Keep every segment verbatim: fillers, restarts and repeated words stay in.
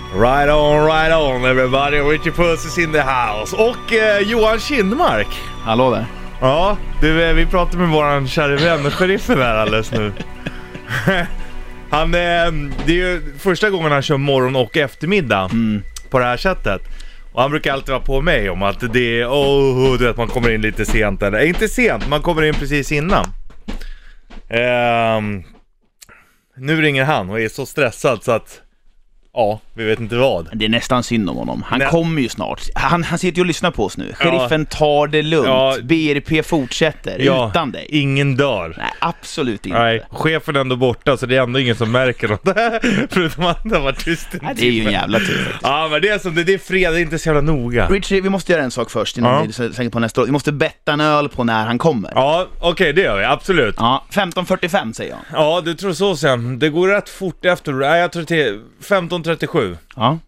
Right on, right on everybody. Richie Puss is in the house. Och eh, Johan Kindmark. Hallå där. Ja, du, vi pratar med våran kära vän sheriffen här alldeles nu. Han, eh, det är ju första gången han kör morgon och eftermiddag mm. på det här sättet. Och han brukar alltid vara på mig om att det är, oh, du vet, man kommer in lite sent eller, inte sent, man kommer in precis innan. Eh, nu ringer han och är så stressad så att ja, vi vet inte vad. Det är nästan synd om honom. Han Nej. kommer ju snart. Han, han sitter ju och lyssnar på oss nu. Sheriffen tar det lugnt. Ja. B R P fortsätter ja, utan dig. Ingen dör. Nej, absolut inte. Nej, chefen är ändå borta så det är ändå ingen som märker något. Förutom att han var tyst. Nej, det är ju en jävla tur. Ja, men det är som det, det är fred, det är inte så jävla noga. Richie, vi måste göra en sak först innan ja. vi tänker på nästa år. Vi måste betta en öl på när han kommer. Ja, okej, okay, det gör vi, absolut. Ja, femton fyrtiofem säger jag. Ja, du tror så sen. Det går rätt fort efter. Nej, jag tror till femton trettiosju. Ja.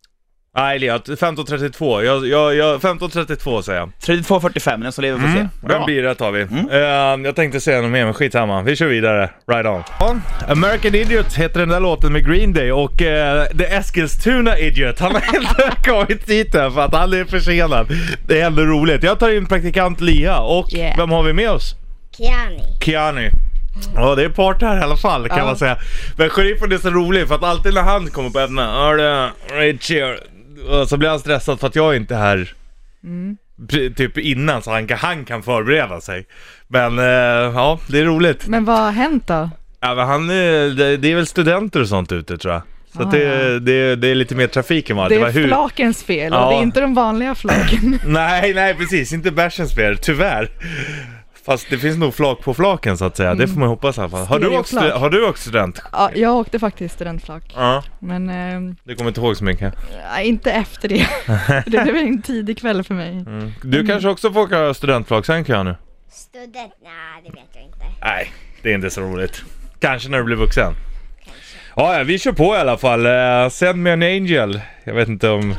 Nej, femton trettiotvå. Jag, jag, jag, femton trettiotvå säger jag. trettiotvå fyrtiofem, den som lever får mm. se. Den blir det, tar vi. Mm. Uh, jag tänkte säga något mer, men skitsamma. Vi kör vidare. Right on. Ja. American Idiot heter den där låten med Green Day. Och uh, The Eskilstuna Idiot, han har inte kommit hit här för att han är försenad. Det är ändå roligt. Jag tar in praktikant Lia. Och yeah. vem har vi med oss? Kiani. Kiani. Ja, det är part här i alla fall kan ja. man säga. Men sheriffen är så rolig för att alltid när han kommer på ämna, ja det Richie, så blir han stressad för att jag inte är här mm. typ innan så han kan, han kan förbereda sig. Men eh, ja, det är roligt. Men vad har hänt då? Ja, men han, det, det är väl studenter och sånt ute tror jag. Så ah, det, det, det är lite mer trafik än vad det, det är var hur... flakens fel ja. och det är inte de vanliga flaken. nej, nej precis, inte bärsens fel, tyvärr. Fast det finns nog flak på flaken så att säga. Mm. Det får man hoppas i alla fall. Har du också, har du också student? Ja, jag åkte faktiskt studentflak. Ja. Men eh, du kommer inte ihåg så mycket? Nej, inte efter det. Det blev en tidig kväll för mig. Mm. Du mm. kanske också får åka studentflak sen kan jag nu? Student? Nej, det vet jag inte. Nej, det är inte så roligt. Kanske när du blir vuxen. Kanske. Ja, vi kör på i alla fall. Uh, Send me an angel. Jag vet inte om...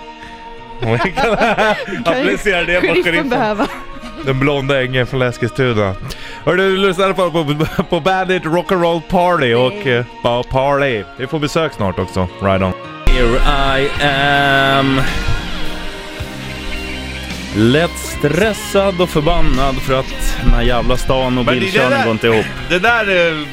om vi kan applicera det på sheriffen. Behöva. Den blonda ängeln från Eskilstuna. Hör du, du lyssnar på, på, på Bandit Rock'n'Roll Party och uh, Party. Vi får besök snart också. Right on. Here I am. Lätt stressad och förbannad för att den här jävla stan och bilkörningen går inte ihop. Det där,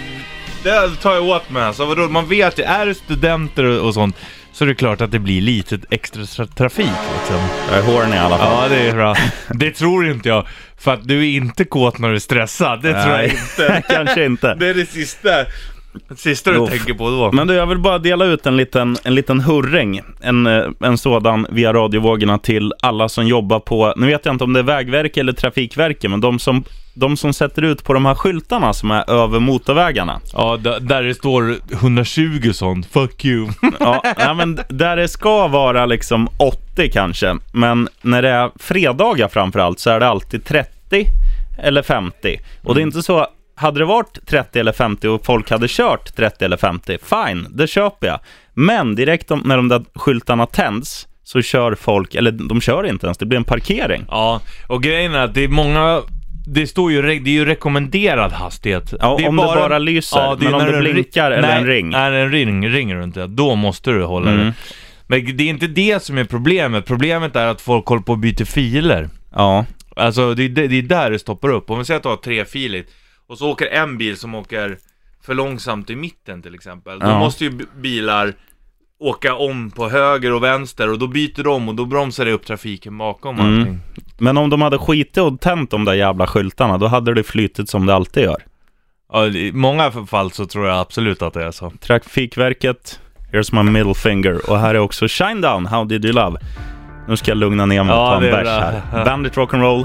det där tar jag åt med. Så vadå, man vet att det är studenter och sånt. Så det är klart att det blir lite extra trafik liksom. Jag är horny i alla fall. Ja, det är bra. Det tror inte jag. För att du är inte kåt när du är stressad. Det Nej. tror jag inte. Kanske inte. Det är det sista, det sista du Uff. tänker på då. Men du, jag vill bara dela ut en liten, en liten hurring. En, en sådan via radiovågorna till alla som jobbar på... Nu vet jag inte om det är Vägverket eller Trafikverket. Men de som... De som sätter ut på de här skyltarna som är över motorvägarna. Ja, d- där det står hundratjugo sånt. Fuck you. ja, ja, men där det ska vara liksom åttio kanske. Men när det är fredagar framförallt så är det alltid trettio eller femtio. Och mm. det är inte så... Hade det varit trettio eller femtio och folk hade kört trettio eller femtio, fine, det köper jag. Men direkt om, när de där skyltarna tänds så kör folk, eller de kör inte ens, det blir en parkering. Ja, och grejen är att det är många... Det står ju, det är ju rekommenderad hastighet. Ja, det är om bara, det bara lyser. Ja, det men om det blinkar ri- eller nej, en ring. Nej, en ring ringer du inte. Då måste du hålla mm. det. Men det är inte det som är problemet. Problemet är att folk håller på att byta filer. Ja. Alltså det, det, det är där det stoppar upp. Om vi säger att du har tre filer och så åker en bil som åker för långsamt i mitten till exempel. Då ja. måste ju bilar åka om på höger och vänster och då byter de och då bromsar det upp trafiken bakom mm. allting. Men om de hade skitit och tänt de där jävla skyltarna, då hade det flyttit som det alltid gör. Ja, i många fall så tror jag absolut att det är så. Trafikverket, here's my middle finger. Och här är också Shinedown, How Did You Love. Nu ska jag lugna ner mig och ja, ta en bärs här. Ja. Bandit Rock'n'Roll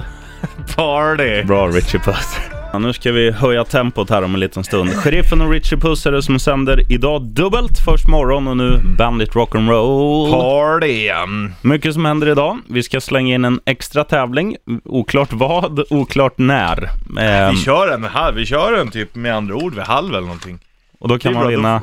Party. Bra Richie Puss. Ja, nu ska vi höja tempot här om en liten stund. Sheriffen och Richie Puss är det som sänder idag dubbelt. Först morgon och nu Bandit Rock'n'Roll Party. Mycket som händer idag. Vi ska slänga in en extra tävling. Oklart vad, oklart när. Eh, vi kör den med halv. Vi kör den typ med andra ord vid halv eller någonting. Och då kan man vinna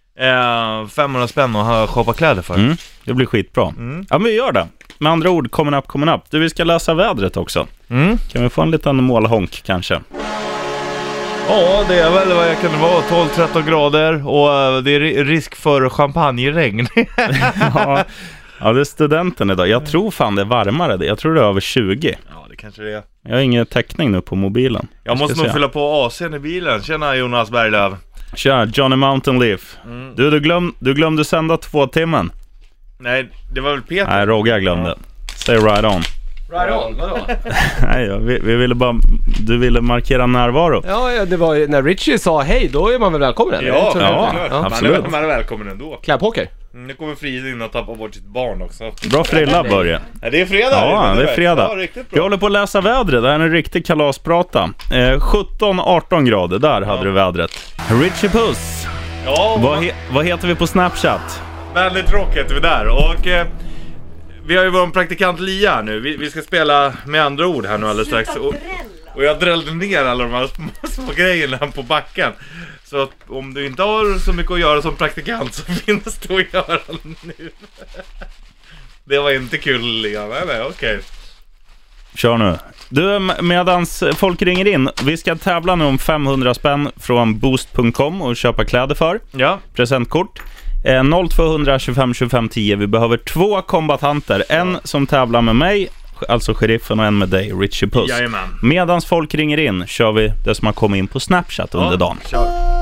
eh, femhundra spänn och ha shoppa kläder för. Mm, det blir skitbra. Mm. Ja, men vi gör det. Med andra ord, coming up, coming up. Du, vi ska läsa vädret också. Mm. Kan vi få en liten målhonk kanske? Ja, det är väl vad jag kan vara, tolv tretton grader och det är risk för champagneregn. ja. ja, det är studenten idag. Jag tror fan det är varmare. Jag tror det är över tjugo. Ja, det kanske det är. Jag har ingen täckning nu på mobilen. Jag, jag måste nog se. fylla på A C:n i bilen. Tjena Jonas Berglöf. Tja, Johnny Mountain Leaf. Mm. Du, du, glöm, du glömde sända två timmen. Nej, det var väl Peter. Nej, Rogga glömde. Say right on. Right on, vadå? Nej, ja, vi, vi ville bara... Du ville markera närvaro. Ja, ja, det var ju, när Richie sa hej, då är man väl välkommen eller? Ja, Så ja, det, ja, absolut. Man är, man är välkommen ändå. Klädpoker. Mm, nu kommer Fridin att tappa bort sitt barn också. Bra frilla, Börje. Ja, det är fredag. Ja, det är fredag. Ja, riktigt bra. Jag håller på att läsa vädret. Det här är en riktig kalasprata. Eh, sjutton arton grader, där hade du vädret. Richie Puss. Ja, Vad, he- vad heter vi på Snapchat? Bandit Rock heter vi där. Och eh, vi har ju vår praktikant Lia här nu. Vi, vi ska spela med andra ord här nu alldeles strax. Och, och jag drällde ner alla de här små, små grejerna på backen. Så att om du inte har så mycket att göra som praktikant så finns det att göra nu. Det var inte kul, Lia. Nej, nej, okej. Kör nu. Du, medans folk ringer in, vi ska tävla nu om femhundra spänn från boost punkt com och köpa kläder för. Ja. Presentkort. Eh, noll två tjugofem tjugofem tio. Vi behöver två kombatanter. En som tävlar med mig, alltså sheriffen, och en med dig, Richie Puss. Jajamän. Medans folk ringer in kör vi det som har kommit in på Snapchat under dagen. Kör.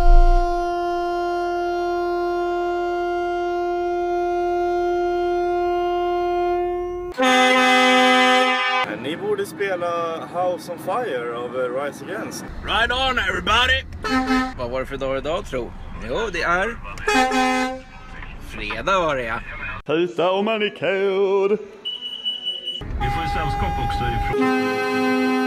Ni borde spela House on Fire av Rise Against. Right on everybody! Vad var det för dag idag, tro? Jo, det är... Fredag var det, ja. Tuta om man är kod. Vi får ju sällskap också ifrån...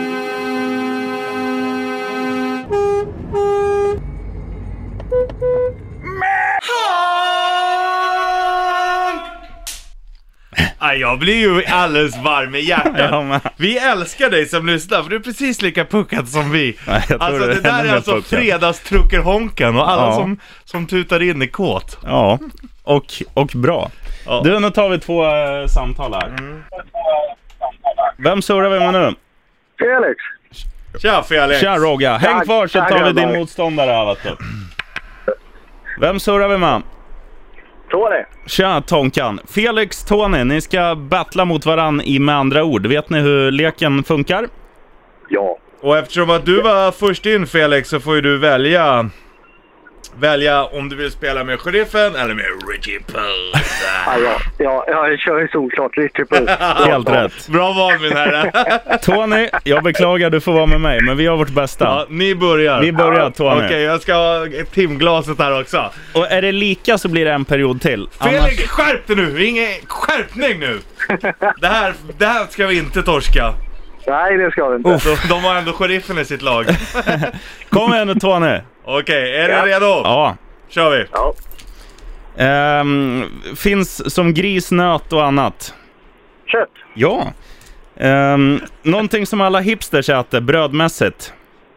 Aj, jag blir ju alldeles varm i hjärtat. Ja, men... Vi älskar dig som lyssnar, för du är precis lika puckad som vi. Nej, jag tror alltså det, det där är alltså puckad. fredagstruckerhonken och alla Ja. som, som tutar in i kåt. Ja, och, och bra. Ja. Du, nu tar vi två äh, samtal här. Mm. Vem surrar vi med nu? Felix. Tja Felix. Tja Rogga, häng Tack, kvar så tack, tar vi grabbar. din motståndare här, vet du. Vem surrar vi med? Tony. Tja Tonkan. Felix, Tony, ni ska battla mot varann i Med andra ord. Vet ni hur leken funkar? Ja. Och eftersom att du var först in Felix så får ju du välja Välja om du vill spela med sheriffen eller med Richie Puss. Ja, ja, ja, jag kör ju solklart Richie Puss. Helt rätt. Bra val min herre. Tony, jag beklagar du får vara med mig, men vi har vårt bästa. Ja, ni börjar. Vi börjar, Tony. Okej, jag ska ha timglaset här också. Och är det lika så blir det en period till. Felix, Annars... skärp dig nu! Ingen skärpning nu! Det här, det här ska vi inte torska. Nej, det ska vi inte. De, de har ändå sheriffen i sitt lag. Kom igen nu Tony. Okej, är Ja. du redo? Ja. Kör vi. Ja. Ehm, finns som gris, nöt och annat. Kött. Ja. Ehm, någonting som alla hipsters äter brödmässigt.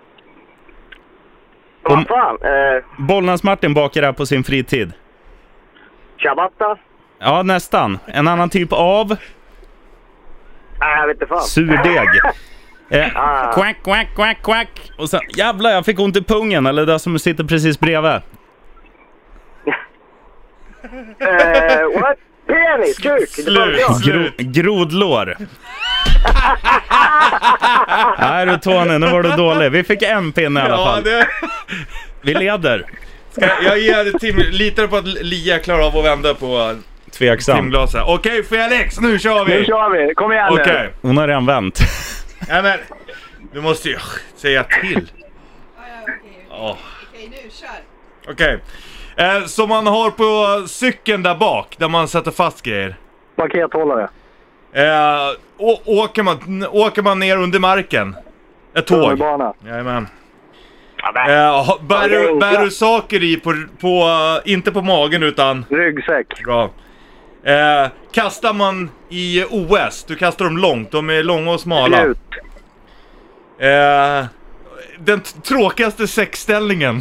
Vad fan? Eh, Bollnäs-Martin bakar det här på sin fritid. ciabatta. Ja, nästan. En annan typ av Nej, jag vet inte fan. surdeg. Eh, Ah. quack, quack, quack, quack. Och sen, jävlar, jag fick ont i pungen. Eller det som sitter precis bredvid. Eh, what? Penis, kuk. Slut. Gro, grodlår. Nej du Tony, nu var du dålig. Vi fick en pinne i alla Ja, fall. det... Vi leder. Ska jag ger tim... Litar på att Lia klarar av att vända på Tveksam. timglaset. Okej Felix, nu kör vi! Nu kör vi. Kom igen Okej. nu. Hon har redan vänt. Nej men, du måste ju säga till. Åh. Okej, nu kör. Okej. Eh, som man har på cykeln där bak, där man sätter fast grejer. Pakethållare. Eh, å- åker, man, åker man ner under marken? Ett tåg. Tunnelbana. Jajamän. Ja, men. Eh, ha- bär, du, Ja. bär du saker i på, på, inte på magen utan... Ryggsäck. Bra. Eh, kastar man i O S, du kastar dem långt, de är långa och smala. Slut. Eh, den t- tråkigaste sexställningen.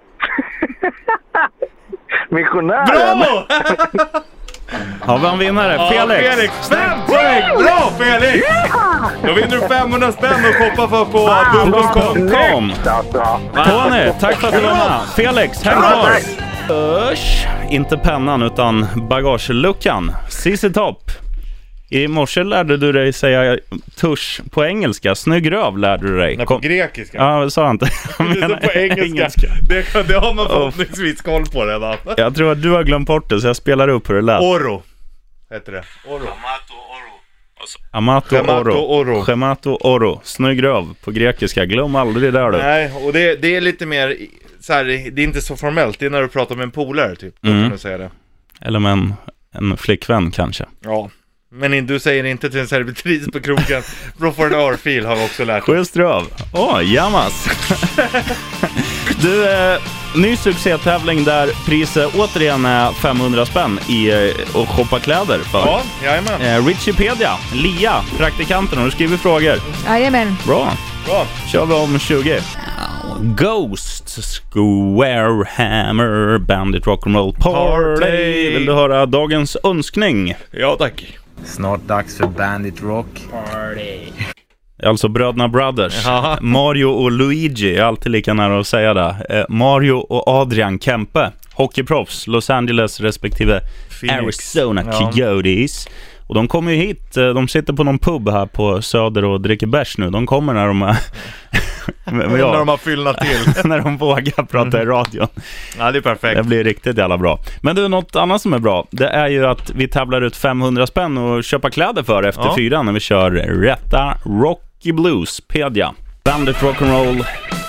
Missionären. Bravo! Har vi en vinnare? Ja, Felix. Felix. Fem poäng! Bra Felix! Då vinner du femhundra spänn och shoppa för på boost punkt com. Tony, tack för att du var med. Felix, häng kvar. Usch, inte pennan utan bagageluckan. C C Topp. I morse lärde du dig säga tusch på engelska. Snygg röv lärde du dig. Nej, på grekiska. Ja, det sa jag inte. Det är på engelska. engelska. Det, det har man förhoppningsvis koll på redan. Jag tror att du har glömt bort det, så jag spelar upp hur det lät. Oro heter det. Oro. Amato Gemato oro. oro. Gemato oro. Snygg röv på grekiska. Glöm aldrig det där du. Nej, och det, det är lite mer så här, det är inte så formellt. Det är när du pratar med en polare typ. Då Mm. kan du säga det. Eller med en, en flickvän kanske. Ja. Men du säger inte till en servitris på krogen. Bro for an örfil har vi också lärt oss. Schysst röv. Åh, oh, jammas. Du, eh, ny succétävling där priset återigen är femhundra spänn i eh, och shoppa kläder för. Ja, jajamän. Eh, Richipedia, Lia, praktikanten, och du skriver frågor. Jajamän. Bra. Bra. Kör vi om tjugo. Ghost, Square Hammer, Bandit Rock'n'Roll Party. Party. Vill du höra dagens önskning? Ja, tack. Snart dags för Bandit Rock Party. Alltså bröderna Brothers. Jaha. Mario och Luigi, är alltid lika nära att säga det. Eh, Mario och Adrian Kempe, hockeyproffs, Los Angeles respektive Phoenix. Arizona Ja. Coyotes. Och de kommer ju hit, eh, de sitter på någon pub här på Söder och dricker bärs nu. De kommer när de är... Men ja, När de har fyllnat till. när de vågar prata i radion. Ja, det är perfekt. Det blir riktigt jävla bra. Men du, något annat som är bra, det är ju att vi tävlar ut femhundra spänn och köpa kläder för efter Ja. fyra när vi kör Rätta Rocky Blues Pedia. Bandit Rock'n'Roll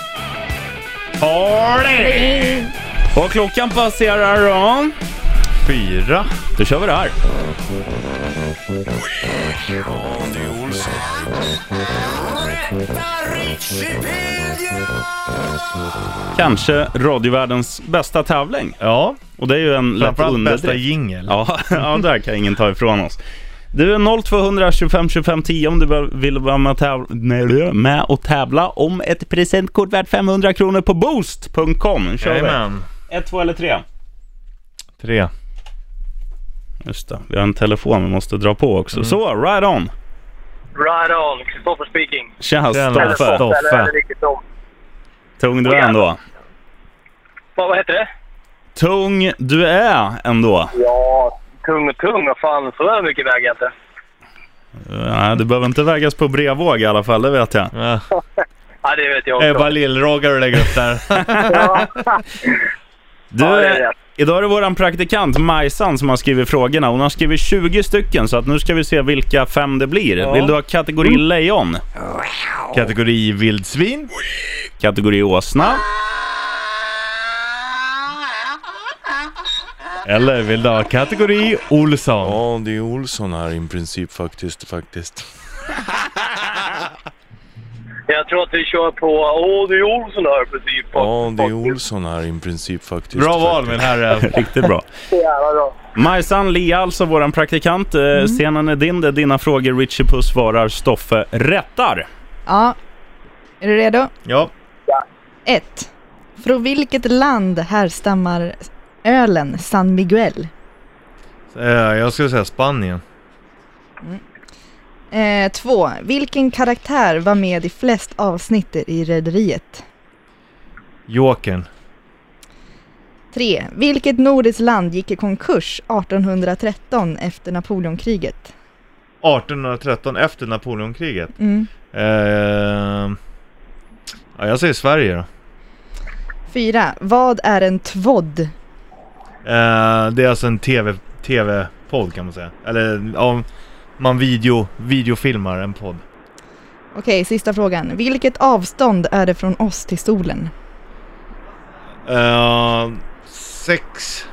Party! Och klockan passerar då. Fyra. Då kör vi det här. Kanske radiovärldens bästa tävling. Ja. Och det är ju en lätt Framförallt underdrift. bästa jingle. Ja, ja, där kan ingen ta ifrån oss. Du är noll två tjugofem tjugofem tio om du vill vara med och tävla, nej, med och tävla om ett presentkort värt femhundra kronor på boost punkt com. Kör Jajamän. vi. Ett, två eller tre? Tre. Just det, vi har en telefon vi måste dra på också. Mm. Så, right on. Right on, Kristoffer speaking. Tja, Tjena, Stoffe. Stoffe. Eller är det riktigt om? Tung du är ändå. Vad, vad heter det? Tung du är ändå. Ja, tung och tung, vad fan, så är mycket väg inte. Nej, du behöver inte vägas på brevvåg i alla fall, det vet jag. Ja. Ja, det vet jag Det är också. bara lillroggar du lägger upp där. Ja. Du, Ja, det är rätt. idag är det våran praktikant Majsan som har skrivit frågorna. Hon har skrivit tjugo stycken, så att nu ska vi se vilka fem det blir. Ja. Vill du ha kategori lejon? Kategori vildsvin. Kategori åsna? Eller vill du ha kategori Olsson? Ja, det är Olsson här i princip faktiskt, faktiskt. Jag tror att vi kör på, åh det är Olsson här precis. Ja, det är Olsson här i princip faktiskt. Bra val, faktiskt. min herre. Riktigt bra. Jävla bra. Majsan Lia, alltså våran praktikant. Mm. Scenen är din, det är dina frågor. Richie Puss svarar, Stoffe rättar. Ja. Är du redo? Ja. ett. Från vilket land härstammar ölen San Miguel? Eh, jag skulle säga Spanien. Eh, två. Vilken karaktär var med i flest avsnitt i Rederiet? Jokern. tre. Vilket nordiskt land gick i konkurs artonhundratretton efter Napoleonkriget? artonhundratretton efter Napoleonkriget. Mm. Eh, ja, jag säger Sverige då. fyra. Vad är en tvodd? Eh, det är alltså en tv, tv-podd kan man säga. Eller om man video, videofilmar en podd. Okej, sista frågan. Vilket avstånd är det från oss till solen? Eh, sex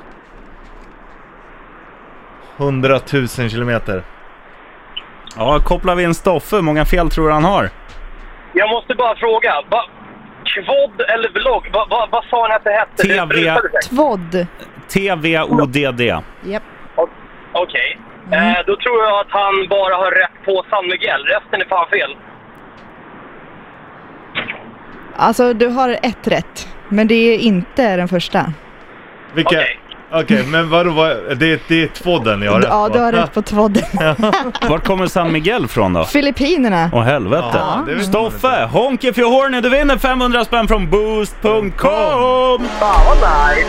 hundratusen kilometer. Ja, kopplar vi in Stoffe. Hur många fel tror du han har? Jag måste bara fråga, va, kvodd eller vlogg, va, va, vad sa han att det hette? T V. Det brukade sig. Tvodd. T V O D D. Japp. Okej, eh, då tror jag att han bara har rätt på San Miguel, resten är fan fel. Alltså, du har ett rätt. Men det är inte den första. Vilka, Okej. Okej, okay, men vadå, vad, det, det är tvådden jag har rätt på. Ja, du har rätt på tvådden. Vart kommer San Miguel från då? Filippinerna. Åh helvete. Ja, Stoffe, honk if you're horny, du vinner femhundra spänn från boost punkt com. Fan vad nice.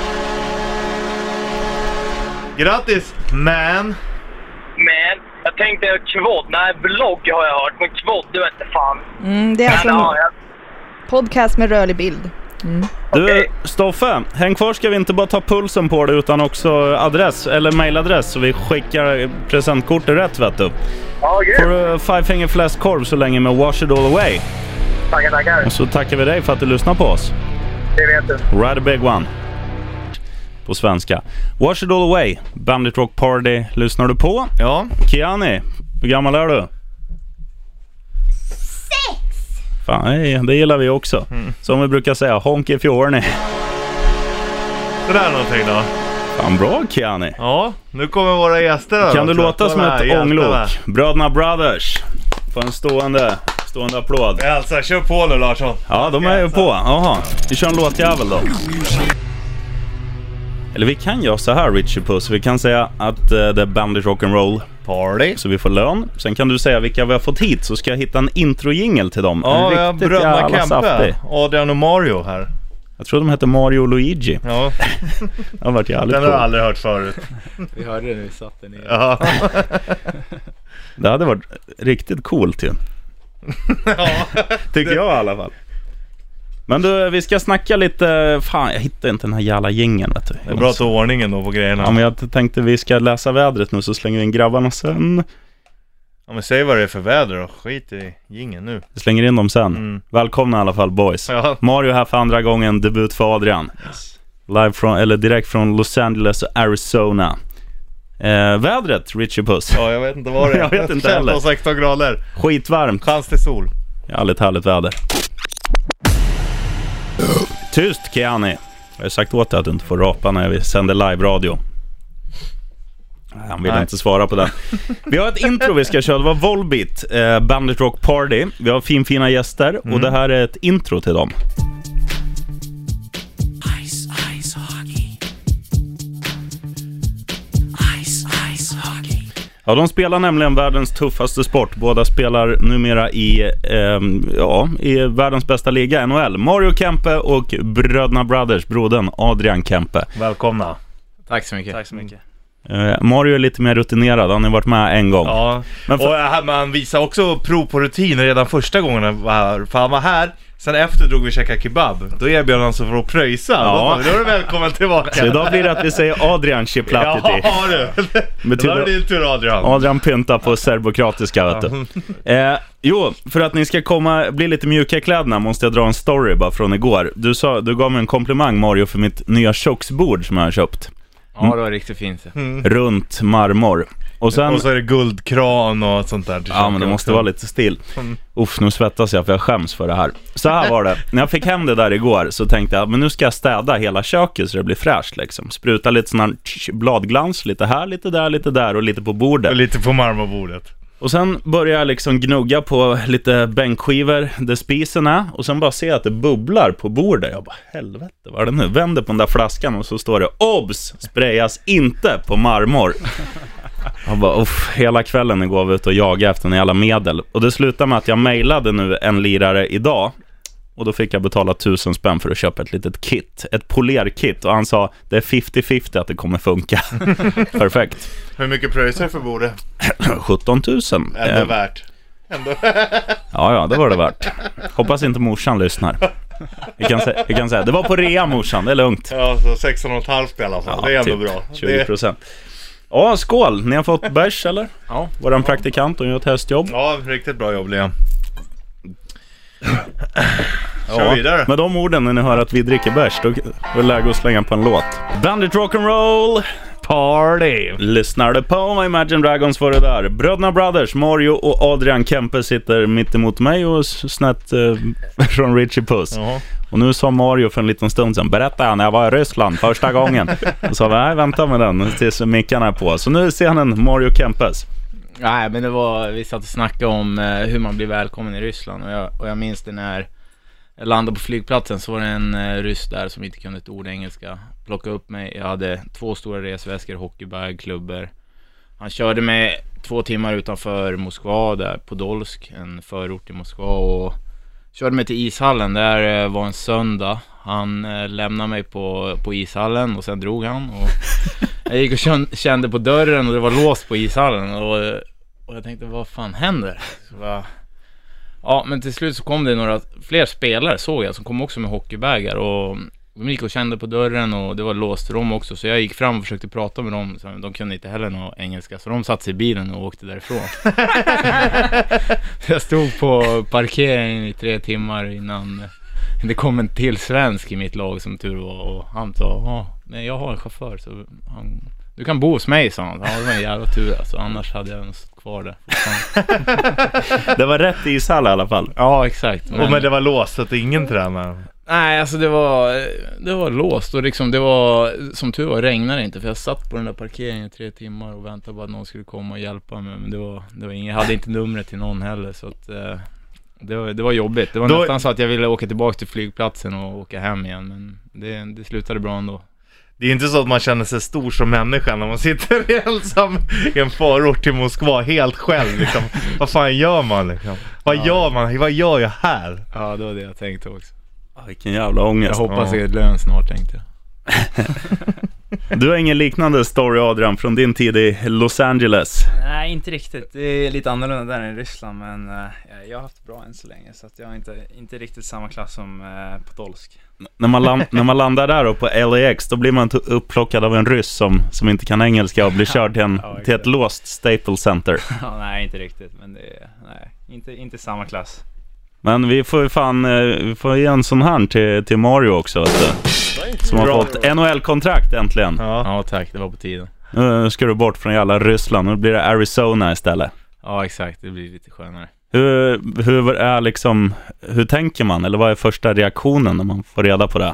Grattis, man. Men jag tänkte kvåd, nej vlogg har jag hört, men kvåd, du vet inte fan. Mm, det är alltså en Ja, ja. podcast med rörlig bild. Mm. Du, Okej. Stoffe, häng kvar, ska vi inte bara ta pulsen på det utan också adress eller mailadress så vi skickar presentkortet rätt, vet du. Ja, Får grymt. du five finger fläskkorv så länge med Wash It All Away. Tackar, tackar. Och så tackar vi dig för att du lyssnar på oss. Det vet du. Ride a big one. På svenska. Wash It All Away, Bandit Rock Party lyssnar du på. Ja. Kiani, hur gammal är du? Sex! Fan, nej, det gillar vi också. Mm. Som vi brukar säga, honk if you're horny. Det där är någonting då. Fan, bra Kiani. Ja, nu kommer våra gäster då. Kan du tror jag. låta som Kolla här, ett hjältarna. ånglok? Bröderna Brothers. På en stående, stående applåd. Ja, alltså, kör på nu Larsson. Ja, de är ju på. Jaha, vi kör en låtjävel då. Eller vi kan göra så här, Richie Puss. Vi kan säga att uh, det är Bandit Rock'n'Roll Party. så vi får lön. Sen kan du säga vilka vi har fått hit så ska jag hitta en intro-jingle till dem. Ja, En vi har riktigt bröderna jävla Kempe. saftig. Adrian och Mario här. Jag tror de heter Mario och Luigi. Ja, Det har varit jävligt den har jag cool. aldrig hört förut. Vi hörde det när vi satt där nere. Ja. Det hade varit riktigt coolt ju. Tycker jag i alla fall. Men du, vi ska snacka lite. Fan, jag hittar inte den här jävla gängen, vet du. Det är bra att ta ordningen då på grejerna. Ja, men jag tänkte vi ska läsa vädret nu så slänger vi in grabbarna sen. Ja, men säg vad det är för väder då. Skit i gingen nu. Vi slänger in dem sen. Mm. Välkomna i alla fall, boys. Ja. Mario här för andra gången, debut för Adrian. Live från, eller direkt från Los Angeles och Arizona. Eh, vädret, Richie Puss. Ja, jag vet inte vad det är. Jag vet inte heller. femton sexton grader. Skitvarmt. Chans till sol. Härligt, härligt väder. Tyst, Kiani. Jag har sagt åt dig att du inte får rapa när vi sänder live-radio. Han vill Nej. inte svara på det. Vi har ett intro vi ska köra. Det var Volbeat, eh, Bandit Rock Party. Vi har fin, fina gäster Mm. och det här är ett intro till dem. Ice, ice hockey. Ice, ice hockey. Ja, de spelar nämligen världens tuffaste sport. Båda spelar numera i, eh, ja, i världens bästa liga, N H L. Mario Kempe och bröderna Brothers, brodern Adrian Kempe. Välkomna. Tack så mycket. Tack så mycket. Eh, Mario är lite mer rutinerad, han har varit med en gång. Ja, Men för- och här, man visar också prov på rutin redan första gången han var här. För han var här, sen efter drog vi käka kebab. Då erbjöd han sig för att pröjsa. Ja. Då är du välkommen tillbaka. Så idag blir det att vi säger Adrian Chiplatiti. Ja, du. Det var din tur, Adrian. Adrian pyntar på serbokratiska, vet du. Eh, jo, för att ni ska komma bli lite mjuka i kläderna måste jag dra en story bara från igår. Du, sa, du gav mig en komplimang, Mario, för mitt nya köksbord som jag har köpt. Ja, det var riktigt fint. Runt marmor. Och sen... Och så är det guldkran och sånt där. Ja, men det måste vara lite stil. Uff, nu svettas jag för jag skäms för det här. Så här var det. När jag fick hem det där igår så tänkte jag, men nu ska jag städa hela köket så det blir fräscht liksom. Spruta lite sån här bladglans, lite här, lite där, lite där och lite på bordet. Och lite på marmorbordet. Och sen börjar jag liksom gnugga på lite bänkskivor där spisen är. Och sen bara ser jag att det bubblar på bordet. Jag bara, helvete, vad är det nu? Vänder på den där flaskan och så står det, obs, sprayas inte på marmor. Jag bara, uff, hela kvällen igår var ut och jagade efter en jävla medel. Och det slutade med att jag mejlade nu en lirare idag. Och då fick jag betala tusen spänn för att köpa ett litet kit. Ett polerkit. Och han sa, det är femtio femtio att det kommer funka. Perfekt. Hur mycket pröjsar för bordet? sjutton tusen. Ändå Eh, värt. Ändå. Ja, ja, det var det värt. Hoppas inte morsan lyssnar. Vi kan, sä- vi kan säga, det var på rea morsan, det är lugnt. Ja, så sexton och ett halvt i alla fall. Ja, det är ändå typ bra. tjugo procent. Ja, skål. Ni har fått bärs, eller? Ja. Våran praktikant och gör ett hästjobb. Ja, riktigt bra jobb, Liam. Kör Ja, vidare. med de orden när ni hör att vi dricker bärs, då är det läge att slänga på en låt. Bandit Rock'n'Roll Party. Lyssnar du på Imagine Dragons var det där. Bröderna Brothers, Mario och Adrian Kempe sitter mitt emot mig och s- snett eh, från Richie Puss. Jaha. Och nu sa Mario för en liten stund sedan, berätta jag när jag var i Ryssland första gången. Och sa, nej, vänta med den tills mickarna är på. Så nu är scenen Mario Kempes. Nej, men det var, vi satt och snackade om eh, hur man blir välkommen i Ryssland. Och jag, och jag minns det när jag landade på flygplatsen så var det en uh, ryss där som inte kunde ett ord engelska. Plockade upp mig. Jag hade två stora resväskor, hockeybag, klubbor. Han körde mig två timmar utanför Moskva där på Podolsk, en förort i Moskva, och körde mig till ishallen. Där uh, var en söndag. Han uh, lämnade mig på, på ishallen och sen drog han. Och jag gick och kände på dörren och det var låst på ishallen. Och, och jag tänkte, vad fan händer? Så bara, ja, men till slut så kom det några fler spelare, såg jag, som kom också med hockeybägar. Och de gick och kände på dörren och det var låst rum också. Så jag gick fram och försökte prata med dem. Så de kunde inte heller någon engelska. Så de satt sig i bilen och åkte därifrån. Jag stod på parkeringen i tre timmar innan det kom en till svensk i mitt lag som tur var. Och han sa, nej, jag har en chaufför så han, du kan bo hos mig, sa han. Ja, det var en jävla tur alltså. Annars hade jag stått kvar där. Det var rätt ishall i alla fall. Ja, exakt. Men, och men det var låst så att ingen tränade. Nej, alltså det var det var låst och liksom det var, som tur var, regnade inte, för jag satt på den där parkeringen i tre timmar och väntade bara att någon skulle komma och hjälpa mig, men det var det var ingen, jag hade inte numret till någon heller, så att eh, det var det var jobbigt. Det var Då... nästan så att jag ville åka tillbaka till flygplatsen och åka hem igen, men det det slutade bra ändå. Det är inte så att man känner sig stor som människa när man sitter ensam i en förort till Moskva helt själv liksom. Vad fan gör man liksom? Vad ja. gör man? Vad gör jag här? Ja, det var det jag tänkte också. Vilken jävla ångest. Jag hoppas ja. jag är lön snart, tänkte jag. Du har ingen liknande story, Adrian, från din tid i Los Angeles? Nej, inte riktigt. Det är lite annorlunda där i Ryssland, men uh, jag har haft bra än så länge, så att jag har inte, inte riktigt samma klass som uh, Podolsk. N- när, man land, när man landar där då på L A X, då blir man t- upplockad av en ryss som, som inte kan engelska och blir körd till, en, ja, till ett låst Staples Center. Ja, nej, inte riktigt, men det är nej, inte, inte samma klass. Men vi får fan vi får ge en sån här till, till Mario också, som har fått N H L-kontrakt äntligen. Ja. ja, tack. Det var på tiden. Nu ska du bort från jävla Ryssland. Nu blir det Arizona istället. Ja, exakt. Det blir lite skönare. Hur, hur är liksom, hur tänker man? Eller vad är första reaktionen när man får reda på det?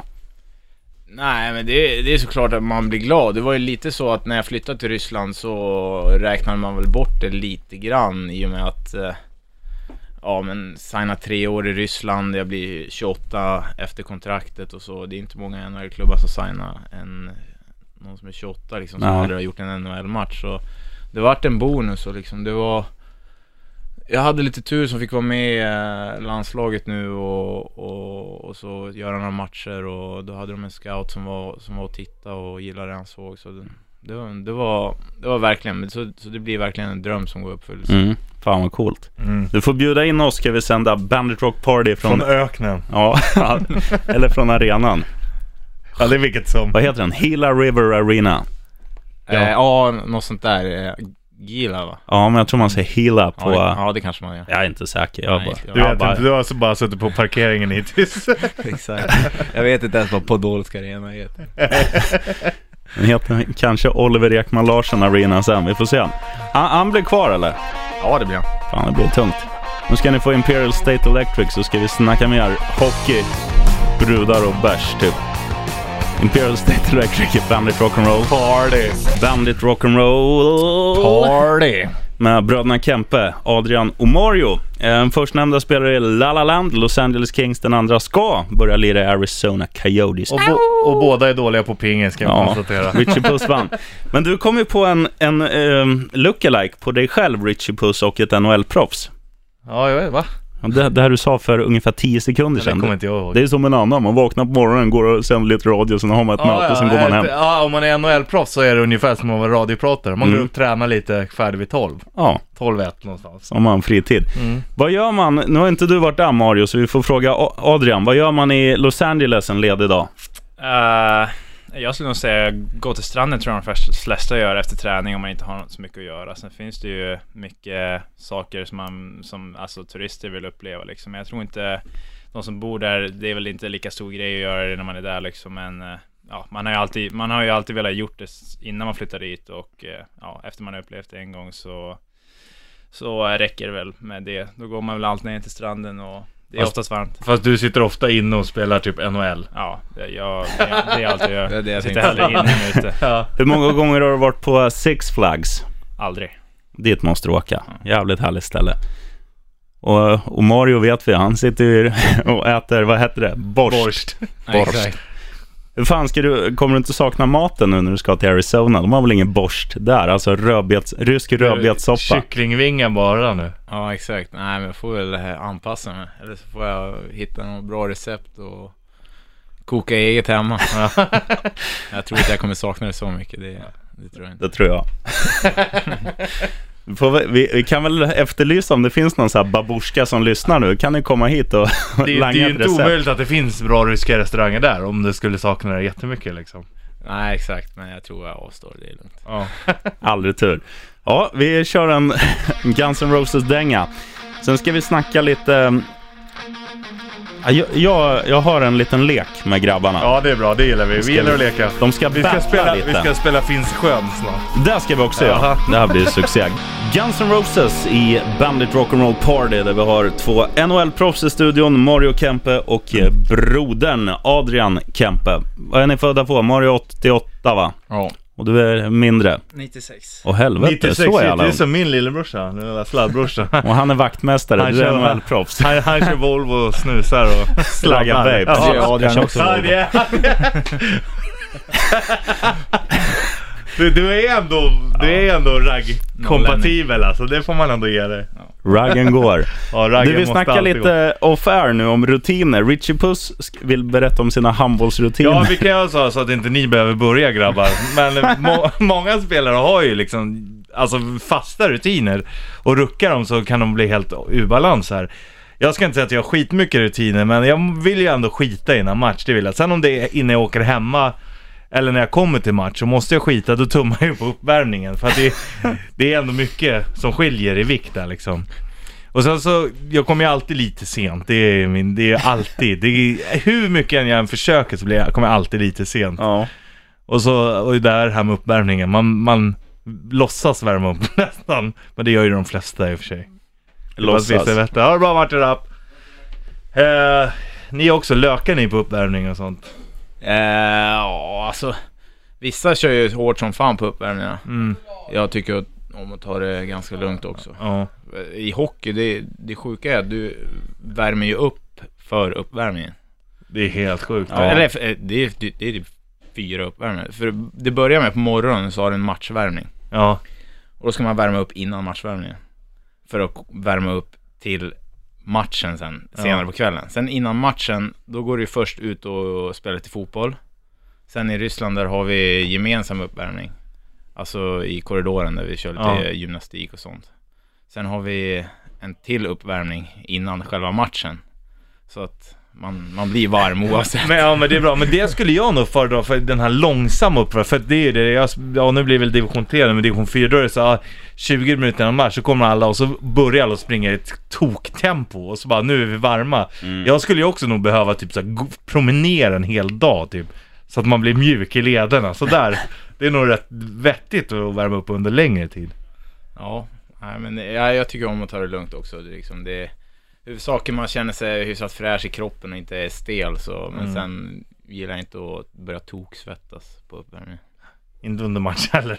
Nej, men det, det är såklart att man blir glad. Det var ju lite så att när jag flyttade till Ryssland så räknade man väl bort det lite grann, i och med att ja, men signa tre år i Ryssland, jag blir tjugoåtta efter kontraktet och så. Det är inte många N H L-klubbar som signar en, någon som är tjugoåtta liksom, som aldrig har gjort en N H L-match. Så det vart en bonus och liksom, det var... Jag hade lite tur som fick vara med i landslaget nu och, och, och så göra några matcher, och då hade de en scout som var, som var och titta och gillade det han såg, så det, det, var, det, var, det var verkligen, så, så det blir verkligen en dröm som går uppfylld. Mm. Fan vad coolt. Mm. Du får bjuda in oss, ska vi sända Bandit Rock Party från, från öknen. Ja, eller från arenan. Ja, det är vilket som. Vad heter den? Gila River Arena. Ja, eh, ja något sånt där. Gila, va? Ja, men jag tror man säger Gila på... Ja, ja, det kanske man gör. Jag är inte säker. Jag Nej, bara... Du vet bara... inte, du har alltså bara suttit på parkeringen hittills. Exakt. Jag vet inte ens vad Podolsk Arena heter. Den heter kanske Oliver Ekman Larsson Arena sen. Vi får se. Han, han blir kvar, eller? Ja, det blir han. Fan, det blir tungt. Nu ska ni få Imperial State Electric, så ska vi snacka mer hockey, brudar och bärs, typ. Imperial State Electric är Bandit Rock'n'Roll Party. Bandit Rock'n'Roll Party. Med bröderna Kempe, Adrian och Mario. Den förstnämnda spelar i La La Land, Los Angeles Kings. Den andra ska börja lira i Arizona Coyotes. Och, bo- och båda är dåliga på pingen, ska jag ja, konstatera. Richie Puss vann. Men du kom ju på en, en um, lookalike på dig själv, Richie Puss, och ett N H L-proffs. Ja, jag vet, va? Det, det här du sa för ungefär tio sekunder sedan. Det kommer inte jag ihåg. Det är som en annan. Man vaknar på morgonen, går och sänder lite radio, sen har man ett ja, möte ja, och sen går man hem. Ja, om man är N H L-proffs så är det ungefär som att vara radiopratare. Man mm. går upp och tränar lite, färdig vid tolv. Ja. tolv ett någonstans. Om man har fritid. Mm. Vad gör man? Nu har inte du varit där, Mario, så vi får fråga Adrian. Vad gör man i Los Angeles en ledig dag? Uh, jag skulle nog säga gå till stranden, tror jag de flesta gör efter träning, om man inte har så mycket att göra. Sen finns det ju mycket saker som, man, som alltså, turister vill uppleva liksom. Jag tror inte de som bor där, det är väl inte lika stor grej att göra det när man är där liksom. Men ja, man har ju alltid, man har ju alltid velat gjort det innan man flyttar dit, och ja, efter man har upplevt det en gång så, så räcker det väl med det. Då går man väl alltid ner till stranden, och det är fast, oftast varmt. Fast du sitter ofta inne och spelar typ N H L. Ja, det, jag, det, det är allt jag gör. Det är det jag sitter hellre inne än ute. Ja. Hur många gånger har du varit på Six Flags? Aldrig. Dit måste du åka. Jävligt härligt ställe. Och, och Mario vet vi, han sitter ju och äter, vad heter det? Borst. Borst. Borst. Hur fan ska du, kommer du inte sakna maten nu när du ska till Arizona? De har väl ingen borst där, alltså rödbets, rysk rödbetssoppa. Kycklingvingar bara nu. Ja, exakt. Nej, men jag får väl anpassa mig. Eller så får jag hitta något bra recept och koka eget hemma. Jag tror inte jag kommer sakna det så mycket. Det, det tror jag inte. Det tror jag. Vi, vi, vi kan väl efterlysa om det finns någon så här babushka som lyssnar nu. Kan ni komma hit och det, langa det är ju ett inte recept? omöjligt att det finns bra ryska restauranger där om du skulle sakna det jättemycket liksom. Nej, exakt. Men jag tror jag avstår. Det är lugnt. Ja. Aldrig tur. Ja, vi kör en Guns N' Roses-dänga. Sen ska vi snacka lite... Jag, jag, jag har en liten lek med grabbarna. Ja, det är bra. Det gillar vi. Vi gillar att leka. De ska vi ska spela lite. Vi ska spela Finns sjön snart. Det ska vi också göra. Jaha. Det här blir succé. Guns N' Roses i Bandit Rock'n'Roll Party där vi har två N H L-proffs i studion, Mario Kempe och brodern Adrian Kempe. Vad är ni födda på? Mario åttioåtta, va? Ja. Och du är mindre? nittiosex. Och helvete, nittiosex, så är alla. det är som min lillebrorsa, den lilla sladdbrorsa. Och han är vaktmästare, han du är kör, N H L-proffs. Han, han kör Volvo och snusar och slaggar babes. Ja, det är Adrian också. Ja, det är du, du är ändå du är ändå ragg-kompatibel, alltså, det får man ändå ge dig. Raggen går. Ja, raggen du vill snacka lite off-air nu om rutiner. Richie Puss vill berätta om sina handbollsrutiner. Ja, vi kan göra så, så att inte ni behöver börja, grabbar. Men må, många spelare har ju liksom alltså fasta rutiner, och ruckar dem så kan de bli helt ur balans här. Jag ska inte säga att jag har skitmycket rutiner, men jag vill ju ändå skita innan match, det vill jag. Sen om det är innan jag åker hemma eller när jag kommer till match så måste jag skita, då tummar jag på uppvärmningen. För att det, det är ändå mycket som skiljer i vikt där liksom. Och sen så, jag kommer ju alltid lite sent. Det är min, det är alltid det är, hur mycket jag än försöker så blir jag, kommer jag alltid lite sent. Ja. Och så, och där här med uppvärmningen, man, man låtsas värma upp nästan. Men det gör ju de flesta i och för sig. Låtsas. Ja, det har bra varit det upp. Eh, ni också, lökar ni på uppvärmning och sånt? Ja, eh, alltså vissa kör ju hårt som fan på uppvärmningarna. Mm. Jag tycker om att ta det ganska lugnt också. Ja. I hockey, det, det sjuka är att du värmer ju upp för uppvärmningen. Det är helt sjukt. Ja. Eller det är, det, det är fyra uppvärmningar. För det börjar med på morgonen så har du en matchvärmning. Ja. Och då ska man värma upp innan matchvärmningen. För att värma upp till matchen sen, senare ja. på kvällen. Sen innan matchen, då går du först ut och spelar lite fotboll. Sen i Ryssland där har vi gemensam uppvärmning. Alltså i korridoren där vi kör lite ja. gymnastik och sånt. Sen har vi en till uppvärmning innan själva matchen. Så att man, man blir varm oavsett. Men, ja, men det är bra. Men det skulle jag nog föredra för den här långsamma uppvärmningen. För det är det, jag, ja, nu blir väl division tre, men division fyra då är det så ja, tjugo minuter innan match så kommer alla och så börjar alla springa i ett toktempo och så bara, nu är vi varma. Mm. Jag skulle ju också nog behöva typ så här, promenera en hel dag typ. Så att man blir mjuk i lederna. Så där, det är nog rätt vettigt att värma upp under längre tid. Ja, nej, men ja, jag tycker om att ta det lugnt också. Det är liksom det huvudsaken man känner sig hyfsat fräsch i kroppen och inte är stel så. Men mm. sen gillar jag inte att börja toksvettas på uppvärmningen. Inte under match heller.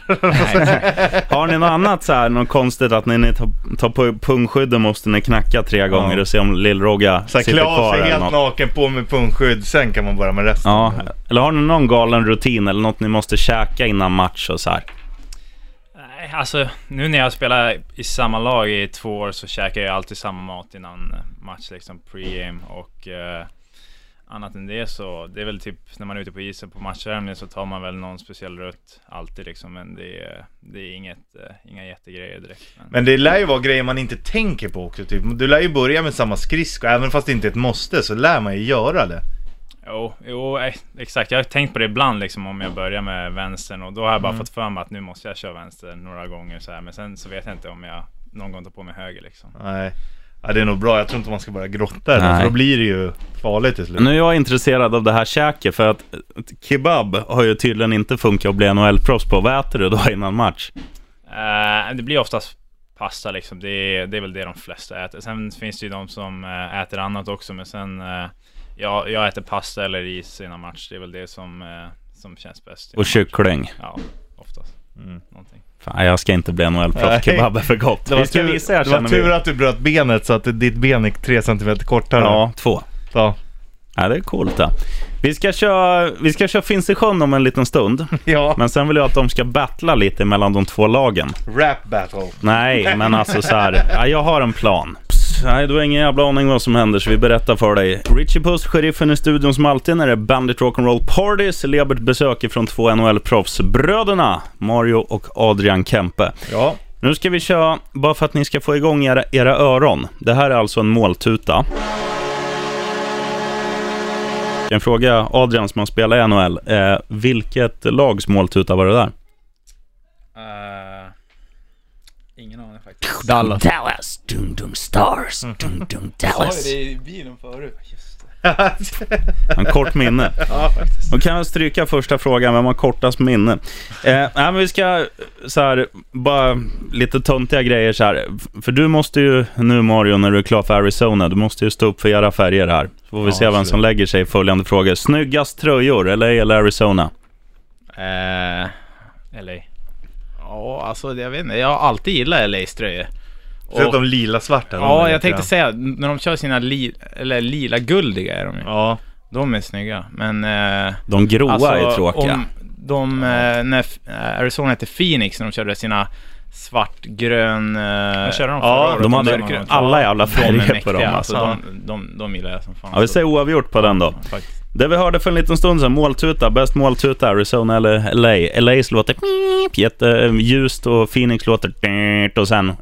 Har ni något annat så här, något konstigt att när ni tar, tar på pungskydden måste ni knacka tre ja. gånger och se om Lill-Rogga sitter kvar eller helt något. Naken på med pungskydd, sen kan man börja med resten. Ja. Eller har ni någon galen rutin eller något ni måste käka innan match och så här? Nej, alltså nu när jag spelar i samma lag i två år så käkar jag alltid samma mat innan match, liksom pre-game och eh, annat än det så det är väl typ när man är ute på isen på matchvärmning så tar man väl någon speciell rutt alltid liksom, men det är, det är inget, uh, inga jättegrejer direkt. Men. men det lär ju vara grejer man inte tänker på också typ. Du lär ju börja med samma skridsko, även fast det inte är ett måste så lär man ju göra det. Jo, jo exakt, jag har tänkt på det ibland liksom om jag börjar med vänstern och då har jag bara mm. fått för mig att nu måste jag köra vänster några gånger så här, men sen så vet jag inte om jag någon gång tar på mig höger liksom. Nej. Ja, det är nog bra. Jag tror inte man ska börja grotta där, för då blir det ju farligt till slut. Nu är jag intresserad av det här käket för att kebab har ju tydligen inte funkat att bli N H L-proffs på. Vad äter du då innan match? Uh, det blir oftast pasta liksom. Det är, det är väl det de flesta äter. Sen finns det ju de som uh, äter annat också, men sen uh, jag, jag äter pasta eller ris innan match. Det är väl det som, uh, som känns bäst. Och kyckling. Ja, oftast. Mm. Någonting. Fan, jag ska inte bli N H L-proff. Kebab är för gott. Det var Vi ska tur, visa, jag det var känner tur vi. att du bröt benet så att ditt ben gick tre centimeter kortare. Ja, två. Så. Ja, det är coolt det. Vi ska köra, vi ska köra Finns i sjön om en liten stund. Ja. Men sen vill jag att de ska battla lite mellan de två lagen. Rap battle. Nej, men alltså så här. Ja, jag har en plan. Nej, du har ingen jävla aning vad som händer, så vi berättar för dig. Richie Puss, sheriffen i studion som alltid när det är Bandit Rock'n'Roll Party. Celebert besök från två N H L-proffs. Bröderna Mario och Adrian Kempe. Ja. Nu ska vi köra, bara för att ni ska få igång era, era öron. Det här är alltså en måltuta. En fråga Adrian som har spelat i N H L. Eh, vilket lags måltuta var det där? Uh, ingen aning faktiskt. Dallas. Dallas. Dum dum stars. Dum dum Dallas. det i bilen förut. Just En kort minne. Ja, faktiskt. Då kan jag stryka första frågan, vem har kortast minne? Eh, nej, men vi ska så här, bara lite töntiga grejer så här. För du måste ju nu, Mario, när du är klar för Arizona, du måste ju stå upp för era färger här. Så får vi Ja, se vem absolut. som lägger sig i följande frågor. Snyggast tröjor, L A eller Arizona? Eh, L A. ja, alltså jag vet inte. Jag har alltid gillat L A's tröjor. Så de lila svarta. Ja, jag tänkte säga, när de kör sina li, eller lila guldiga är de ju. Ja. De är snygga, men eh, De gråa alltså, är tråkiga. om de, eh, när F- eh, Arizona hette Phoenix, när de körde sina svartgrön eh, Jag körde dem ja, förra året. de hade mörkgrön. alla jävla de är färger på mäktiga, dem. alltså, Alltså. de, de, de gillar jag som fan. Ja, vi säger oavgjort på den då. Ja, faktiskt. Det vi hörde för en liten stund sedan, måltuta, bäst måltuta, Arizona eller L A. L A's låter pip, jätteljust och Phoenix låter pip, och sen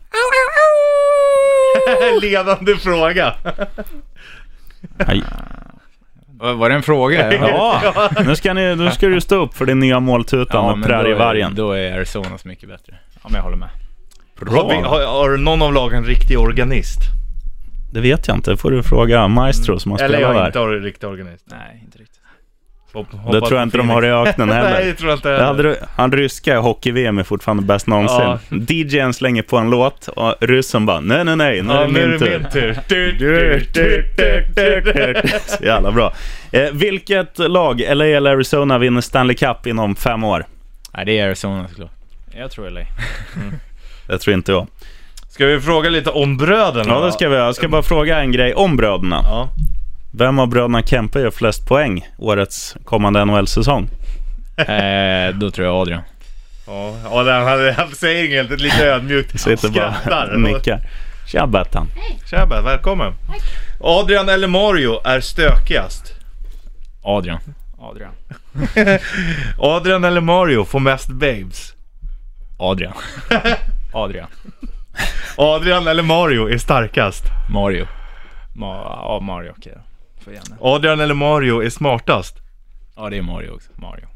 Ledande fråga. aj. Var var det en fråga? Ja, nu ska, ni, nu ska du stå upp för din nya måltuta Ja, med men då är, prärievargen. då är Arizona så mycket bättre. Ja, men jag håller med. Har, vi, har, har någon av lagen en riktig organist? Det vet jag inte, det får du fråga Maestro som har Eller spelat jag där. inte har en riktig organist. Nej, inte riktigt. Hopp, Det hoppas tror jag på inte de Phoenix. har i öknen heller. Nej, det tror jag inte Det hade du, han ryska hockey-V M är fortfarande bäst någonsin. Ja. D J:n slänger på en låt och ryssen bara, nej nej nej, nu är Ja, det nu är min det tur. min tur. Du, Du, du, du, du, du. Så jävla bra. Eh, vilket lag, L A eller Arizona, vinner Stanley Cup inom fem år? Nej, det är Arizona såklart. Jag tror L A. Det tror inte jag. Ska vi fråga lite om bröderna? Ja, det ska vi. Jag ska bara fråga en grej om bröderna. Ja. Vem av bröderna Kempe gör flest poäng årets kommande N H L-säsong? Eh, då tror jag Adrian. Ja, ja den hade, han säger inget lite ödmjukt. Sitter bara och nickar. Tja, Bettan. Tja, Beth, välkommen. Adrian eller Mario är stökigast? Adrian. Adrian. Adrian eller Mario får mest babes? Adrian. Adrian. Adrian eller Mario är starkast? Mario. Ma- ja, Mario, okej då. Får gärna. Adrian eller Mario är smartast? Ja, det är Mario också. Mario.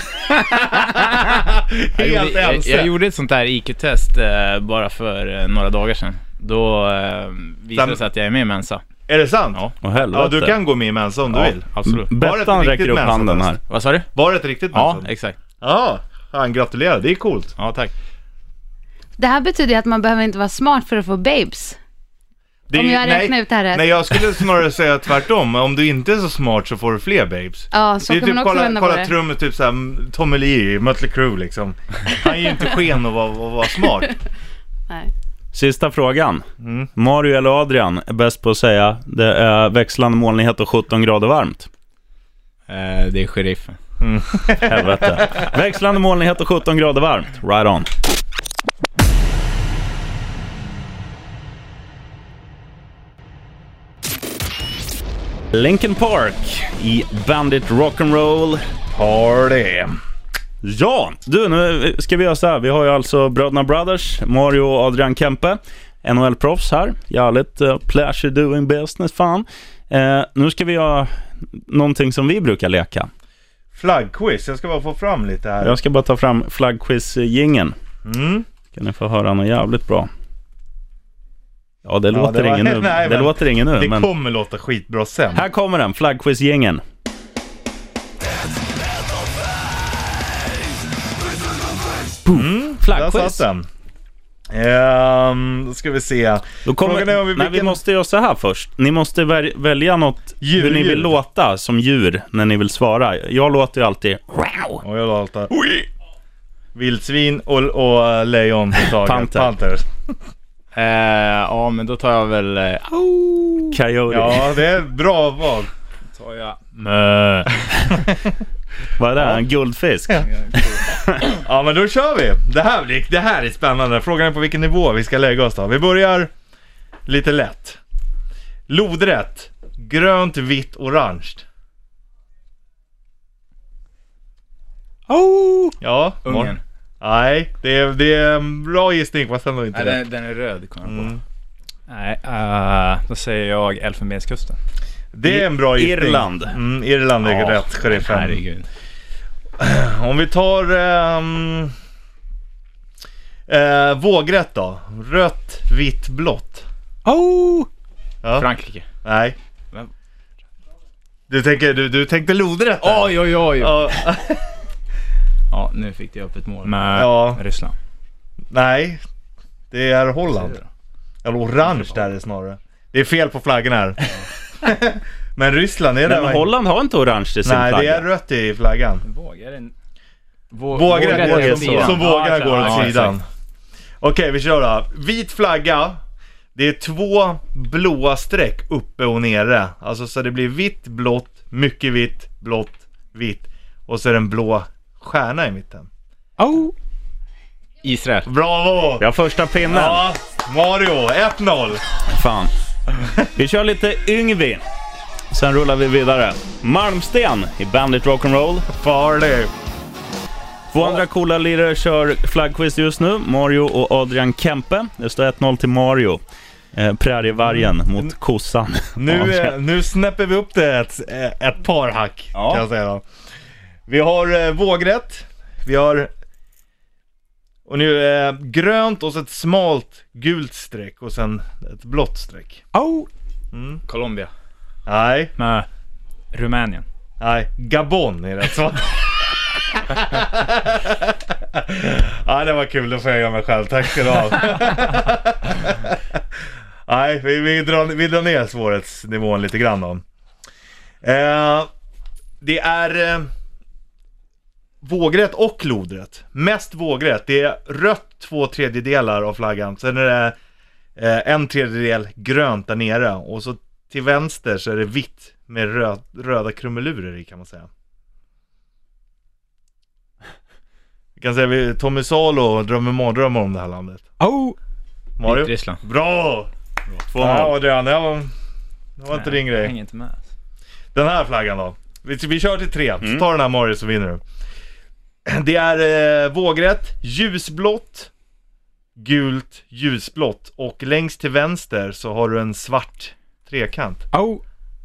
Jag Helt gjorde, jag, ense. jag gjorde ett sånt där I Q-test eh, bara för eh, några dagar sedan. Då eh, visade det sig att jag är med i Mensa. Är det sant? Ja. Åh, helvete. Ja, du kan gå med i Mensa om du Ja, vill. absolut. Var det ett Bettan riktigt räcker upp handen här. Mensa-test? Vad sa du? Var det ett riktigt Ja, Mensa? exakt. Ja, han gratulerar, det är coolt. Ja, tack. Det här betyder ju att man behöver inte vara smart för att få babes. Det är Om ju- jag räknar ut det här rätt. Nej, jag skulle snarare säga tvärtom. Om du inte är så smart så får du fler babes. Ja, så Det är kan typ man också kolla, vända på kolla det. trummet, typ såhär Tommy Lee i Mötley Crüe liksom. Han ger inte sken att vara, att vara smart. Nej. Sista frågan. Mm. Mario eller Adrian är bäst på att säga det är växlande molnighet och sjutton grader varmt. Eh, det är sheriffen. Helvete. Växlande molnighet och sjutton grader varmt. Right on. Linkin Park i Bandit Rock'n'Roll Party. Ja, du, nu ska vi göra så här. Vi har ju alltså bröderna Brothers, Mario och Adrian Kempe, N H L-proffs här. Jävligt uh, pleasure doing business, fan. Eh, nu ska vi göra någonting som vi brukar leka. Flaggquiz, jag ska bara få fram lite här. Jag ska bara ta fram flaggquiz-gingen. Mm. Kan ni få höra något jävligt bra. Ja, det Ja, låter det var- ingen nu. nej, det men låter ingen nu. Det Men kommer låta skitbra sen. här kommer den, flaggquiz-gingen. Mm, Flaggquiz. där satt den. Ehm, då ska vi se. Då kommer, Frågan är om vi nej, vi vilken- måste göra så här först. Ni måste väl, välja något Djur, hur ni vill djur. låta som djur när ni vill svara. Jag låter ju alltid wow. Och jag låter. Vildsvin och, och lejon på taget. Panter. Panthers. Eh, ja, men då tar jag väl... Eh, Coyote. Ja, det är bra val. tar jag... Mö. Vad är det? En guldfisk? Ja. Ja, men då kör vi. Det här, blir, det här är spännande. Frågan är på vilken nivå vi ska lägga oss då. Vi börjar lite lätt. Lodrätt. Grönt, vitt, orange. Oh! Ja, Ungen. Nej, det är, det är en bra gissning fast ändå inte. Nej, den, den är röd, kommer jag på. Mm. Nej, uh, då säger jag Elfenbenskusten. Det är en bra gissning. Irland. Mm, Irland är Ja, rätt, sheriffen. Herregud. Om vi tar um, uh, vågrätt då. Rött, vitt, blått. Oh! Ja. Frankrike. Nej. Vem? Du, tänker, du, du tänkte lodrätt där. Oj, oj, oj. Ja. Ja, nu fick det upp ett mål. Med Ja. Ryssland. Nej, det är Holland. Eller orange där är det snarare. Det är fel på flaggan här. Men Ryssland är det. Men Holland har inte orange i sin Nej, flagga. det är rött i flaggan. Vågar en... Vå- Vågrätt vågrätt är är så. så. Som vågar Ja, går åt ja, sidan. Okej, vi kör då. Vit flagga. Det är två blåa streck uppe och nere. Alltså så det blir vitt, blått, mycket vitt, blått, vitt. Och så är det en blå stjärna i mitten. Oh! Israel. Bravo! Ja, första pinnen. Ja, Mario, ett noll. Fan. Vi kör lite Yngvi. Sen rullar vi vidare. Malmsten i Bandit Rock'n'Roll. Farlig. Två andra coola lirare kör flaggquiz just nu. Mario och Adrian Kempe. Det står ett noll till Mario. Eh, Prärievargen Mm. mot kossan. Nu, eh, nu snäpper vi upp det ett, ett par hack, Ja. kan jag säga då. Vi har eh, vågrätt. Vi har och nu eh, grönt och så ett smalt gult streck och sen ett blått streck. Oh! Mm. Colombia. Nej, Med Rumänien. nej, Gabon är rätt så. Ja, det var kul, då får jag göra mig själv. Tack ska du ha. Nej, vi, vi, drar, vi drar ner svårighetsnivån lite grann då. Eh, det är eh, vågrätt och lodrätt. Mest vågrätt. Det är rött två tredjedelar av flaggan. Sen är det eh, en tredjedel grönt där nere. Och så till vänster så är det vitt med röd, röda krumelurer i, kan man säga. Vi kan säga vi Tommy Salo drömmer mardrömmar om det här landet. Oh! Mario? Ryssland. Bra! Två Ja, noll. Adrian, det var, det var inte din Jag grej. hänger inte med. Den här flaggan då. Vi, vi kör till tre. Mm. Så tar den här Mario så vinner du. Det är eh, vågrätt, ljusblått, gult, ljusblått. Och längst till vänster så har du en svart trekant. Oh!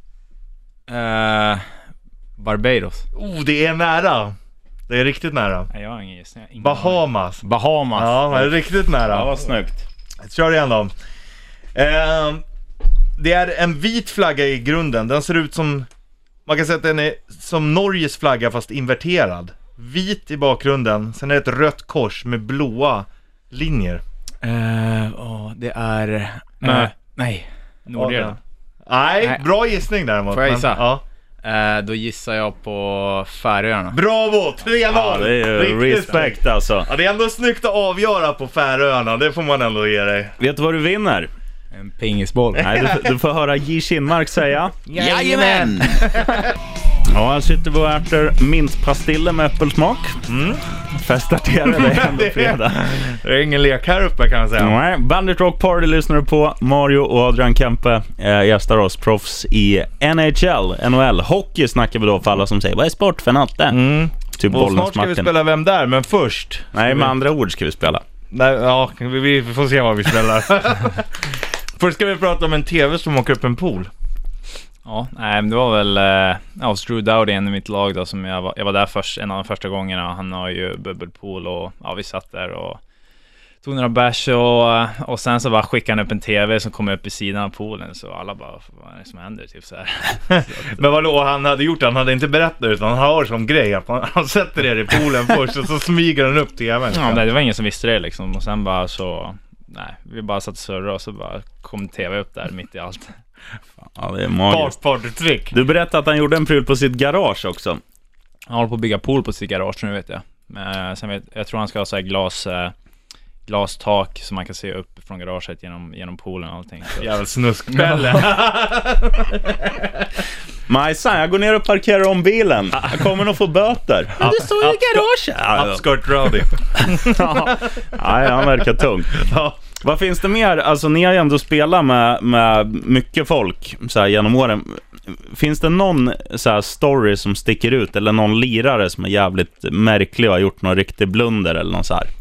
Uh, Barbados. Oh, det är nära. Det är riktigt nära. Nej, jag har ingen gissning. Ingen Bahamas. Bahamas. Ja, det är riktigt nära. Ja, vad snyggt. Kör igen då. Eh, det är en vit flagga i grunden. Den ser ut som, man kan säga att den är som Norges flagga fast inverterad. Vit i bakgrunden. Sen är det ett rött kors med blåa linjer. Uh, oh, det är... Uh, Nej. nej. Nordirland. Nej, Nej. bra gissning däremot. Får jag men- gissa? Ja. Uh, då gissar jag på Färöarna. Bravo, tre noll. Ja, det är ju Riktigt respekt snyggt. alltså. Ja, det är ändå snyggt att avgöra på Färöarna. Det får man ändå ge dig. Vet du vad du vinner? En pingisboll. Nej, du, du får höra J. Kinmark säga. Jajamän! Ja, här sitter vi och äter mintpastiller med äppelsmak. Mm. Festar till det, det är ändå fredag. Det är ingen lek här uppe, kan jag säga. Nej, Bandit Rock Party lyssnar du på. Mario och Adrian Kempe eh, gästar oss, proffs i N H L, N H L. Hockey snackar vi då för alla som säger, vad är sport för natte? Mm. Typ Och snart ska vi Bollnäs-Martin. spela Vem där, men först... Nej, med andra ord ska vi spela. Nej, ja, vi, vi får se vad vi spelar. Först ska vi prata om en tv som åker upp en pool. Ja, nej, men det var väl eh, ja, Drew Doughty, en i mitt lag då, som jag var, jag var där först, en av de första gångerna. Han har ju bubbelpool och ja, vi satt där och tog några bärs och, och sen så bara skickade han upp en tv som kom upp i sidan av poolen, så alla bara, vad är det som händer? Typ så här. Men vadå, han hade gjort det, han hade inte berättat utan han har som grej att han, han sätter er i poolen först och så smyger han upp tvn. Ja, men det var ingen som visste det liksom, och sen bara så, nej, vi bara satt och surrade och så bara kom tv upp där mitt i allt. Ja, det är magiskt. Partytrick. Du berättade att han gjorde en pryl på sitt garage också. Han håller på att bygga pool på sitt garage nu, vet jag. Uh, sen vet, jag tror han ska ha så här glas, uh, glastak som man kan se upp från garaget genom, genom poolen och allting. Jävla snuskpelle. Majsan, jag går ner och parkerar om bilen. Jag kommer nog få böter. Men det står ju i garaget. Upskirt Rowdy. Ja, han verkar tung. Ja. Vad finns det mer? Alltså ni har ju ändå spelat med, med mycket folk så här, genom åren. Finns det någon så här, story som sticker ut? Eller någon lirare som är jävligt märklig och har gjort någon riktig blunder eller något så här?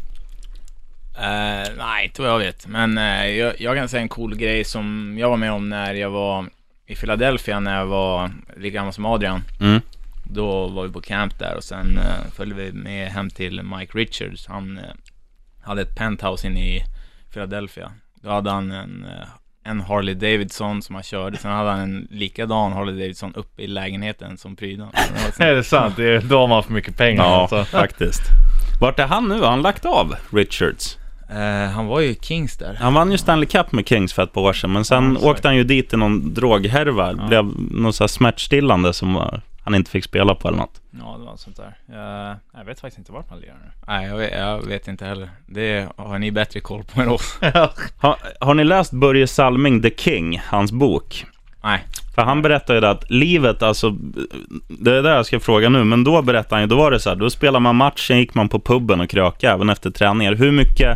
Uh, nej, inte vad jag vet. Men uh, jag, jag kan säga en cool grej som jag var med om när jag var i Philadelphia, när jag var lika gammal som Adrian. Mm. Då var vi på camp där och sen uh, följde vi med hem till Mike Richards. Han uh, hade ett penthouse inne i Philadelphia. Då hade han en, uh, en Harley Davidson som han körde. Sen hade han en likadan Harley Davidson uppe i lägenheten som prydan. Det är det sant? Det är, då har man för mycket pengar. Ja, alltså. faktiskt. Vart är han nu? Har han lagt av Richards? Uh, han var ju Kings där. Han vann ju Stanley Cup med Kings för ett par år sedan. Men sen ja, åkte han ju dit i någon droghärva. Ja. Blev någon så här smärtstillande som var, han inte fick spela på eller något. Ja, det var sånt där. Jag, jag vet faktiskt inte vart man lirar nu. Nej, jag vet, jag vet inte heller. Det har ni bättre koll på än oss. har, har ni läst Börje Salming The King, hans bok? Nej. För han berättar ju det att livet, alltså, det är det jag ska fråga nu, men då berättar han ju, då var det så här, då spelar man matchen, gick man på pubben och kröka även efter träningar. Hur mycket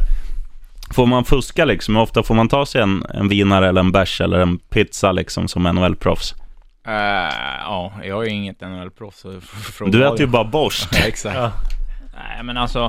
får man fuska liksom? Hur ofta får man ta sig en, en vinare eller en bärs eller en pizza liksom som N H L-proffs? Uh, ja, jag är ju inget N H L-proffs. Du äter ju bara borst. Ja, exakt. Ja. Nej, men alltså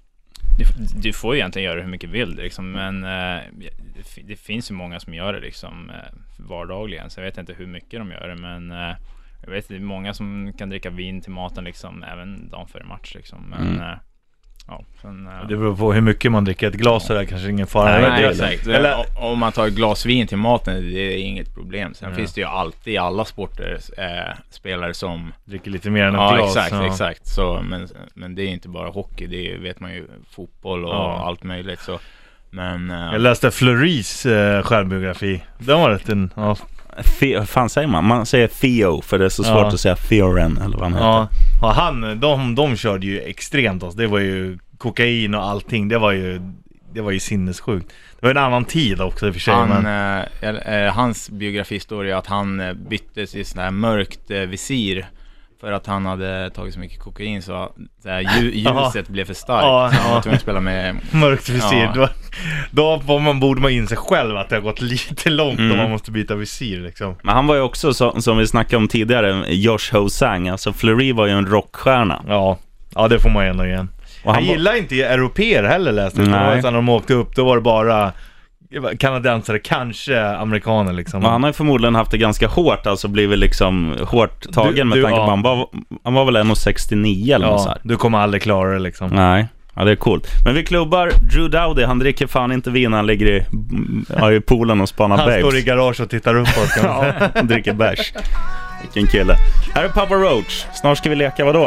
du, du får ju egentligen göra det hur mycket vill liksom, men uh, det, det finns ju många som gör det liksom uh, vardagligen, så jag vet inte hur mycket de gör det, men uh, jag vet det är många som kan dricka vin till maten liksom, även dagen före match liksom, men mm. uh, ja, sen, uh, det beror på hur mycket man dricker. Ett glas så där kanske ingen fara. Nej, nej, exakt. Eller om man tar ett glas vin till maten, det är inget problem. Sen mm. finns det ju alltid i alla sporter äh, spelare som dricker lite mer än ett ja, glas. Exakt, ja, exakt. Så, men, men det är inte bara hockey, det är, vet man ju, fotboll och ja. allt möjligt. Så, men, äh, jag läste Fleuris äh, självbiografi. Den var rätt en... Ja. Vad fan säger man? Man säger Theo för det är så svårt ja. att säga Theoren eller vad han heter. Ja, och han, de, de körde ju extremt alltså. Det var ju kokain och allting. Det var ju, det var ju sinnessjukt. Det var en annan tid också i och för sig. Han, men... äh, äh, hans biografihistoria att han äh, byttes i sån här mörkt äh, visir för att han hade tagit så mycket kokain så där, lju- ljuset blev för starkt. Ja, ja. Han tvungen spela med mörkt visir. Ja. Då, då man, borde man inse själv att det har gått lite långt mm. och man måste byta visir liksom. Men han var ju också, så, som vi snackade om tidigare, Josh Ho-Sang. Alltså Fleury var ju en rockstjärna. Ja, ja det får man ändå igen. Och han, han gillar inte europeer heller läste jag. När de åkte upp, då var det bara kanadensare, kanske amerikaner liksom. Men han har ju förmodligen haft det ganska hårt, alltså blivit liksom hårt tagen du, med du, tanke på ja. han, var, han var väl en komma sextionio eller ja, något så här. Du kommer aldrig klara det liksom. Nej, ja det är coolt. Men vi klubbar Drew Doughty, han dricker fan inte vin, han ligger i, ja, i poolen och spanar han babes. Han står i garage och tittar uppåt. Ja, han dricker bärs. Vilken kille. Här är Papa Roach. Snart ska vi leka vad då?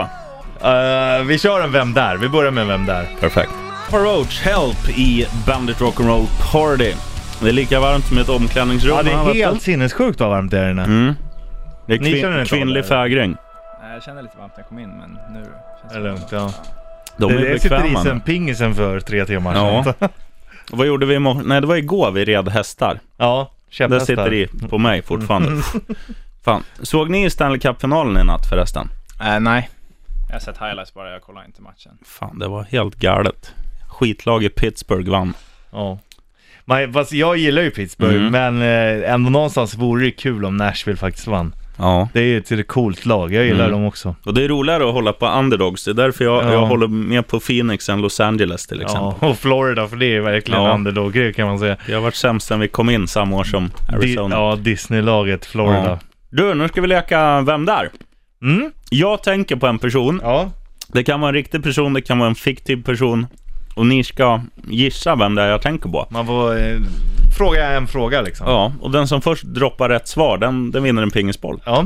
Uh, vi kör en Vem där? Vi börjar med Vem där? Perfekt. Papa Roach, Help i Bandit Rock'n'Roll Party. Det är lika varmt som ett omklädningsrum. Ja, det är helt sinnessjukt vad varmt det är inne. Mm. Det är kvin- kvinnlig fägring. Jag kände lite varmt när jag kom in, men nu känns det lugnt, ja. De det, är det sitter i sen pingisen för tre timmar ja. Vad gjorde vi imorgon? Nej, det var igår vi red hästar. Ja, det sitter i på mig fortfarande. Fan. Såg ni Stanley Cup-finalen i natt förresten? Äh, nej. Jag har sett highlights bara, jag kollade inte matchen. Fan, det var helt galet. Skitlag i Pittsburgh vann. Ja. Men, fast jag gillar ju Pittsburgh, mm. men eh, ändå någonstans vore det kul om Nashville faktiskt vann. Ja. Det är ju ett, ett coolt lag, jag gillar mm. dem också. Och det är roligare att hålla på underdogs, det är därför jag, ja. jag håller mer på Phoenix än Los Angeles till exempel. Ja, och Florida, för det är verkligen ja. underdog kan man säga. Det har varit sämst sen vi kom in samma år som Arizona. Di- ja, Disney-laget Florida. Ja. Du, nu ska vi leka Vem där? Mm. Jag tänker på en person. Ja. Det kan vara en riktig person, det kan vara en fiktiv person. Och ni ska gissa vem det är jag tänker på. Man får eh, fråga en fråga liksom. Ja, och den som först droppar rätt svar, den, den vinner en pingisboll. Ja.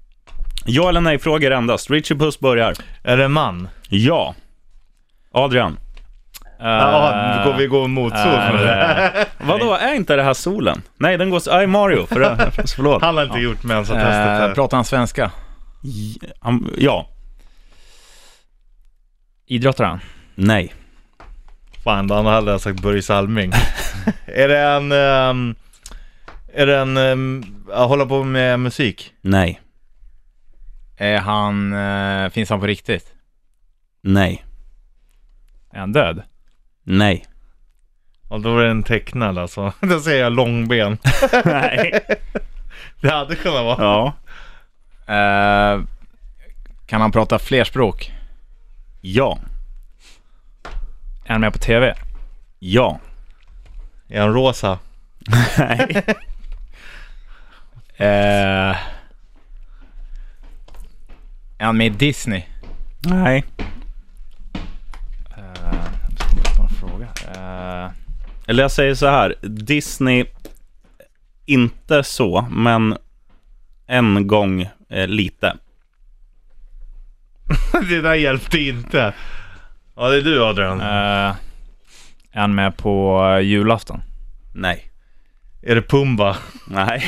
Ja eller nej frågar endast. Richie Puss börjar. Är det en man? Ja. Adrian. Uh, ja, vi går, vi går mot sol. Uh, Vadå, är inte det här solen? Nej, den går så... Aj, Mario. För det, förlåt. Han har inte ja. gjort mensatestet här. Uh, pratar han svenska? Ja. Idrottaren? Nej. Fan, då hade jag sagt Börje Salming. Är det en... Um, är det en... Um, hålla på med musik? Nej. Är han... Uh, finns han på riktigt? Nej. Är han död? Nej. Och då är det en tecknad alltså. Då säger jag långben. Nej. Det hade kunnat vara. Ja. Uh, kan han prata fler språk? Ja. Är han med på tv? Ja. Är han rosa? Nej. uh, är han med i Disney? Nej. Uh, jag ska bara fråga. Uh, Eller jag säger så här. Disney, inte så, men en gång eh, lite. Det där hjälpte inte. Ja, det är du, Adrian. uh, är han med på uh, julafton? Nej. Är det Pumba? Nej.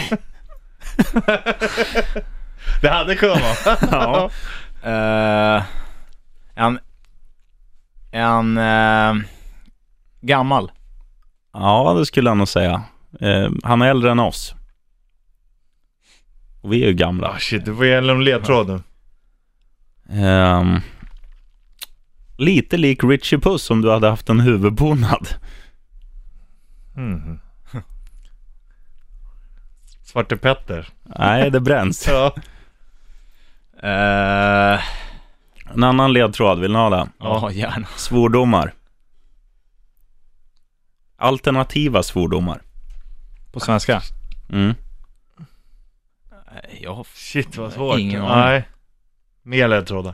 Det hade kunnat vara. Ja. uh, är han... Är han... Uh, gammal? Ja, det skulle jag nog säga. Eh, han är äldre än oss. Och vi är ju gamla. Ah, shit, du får ge en ledtråd nu. Um, lite lik Richie Puss om du hade haft en huvudbonad. Mm. Svarte Petter. Nej, det bränns. Ja. Uh, en annan ledtråd, vill ni ha det? Ja, gärna. Svordomar. Alternativa svordomar. På svenska? Mm. Ja, shit vad svårt. Ingen Nej. Mer ledtrådar.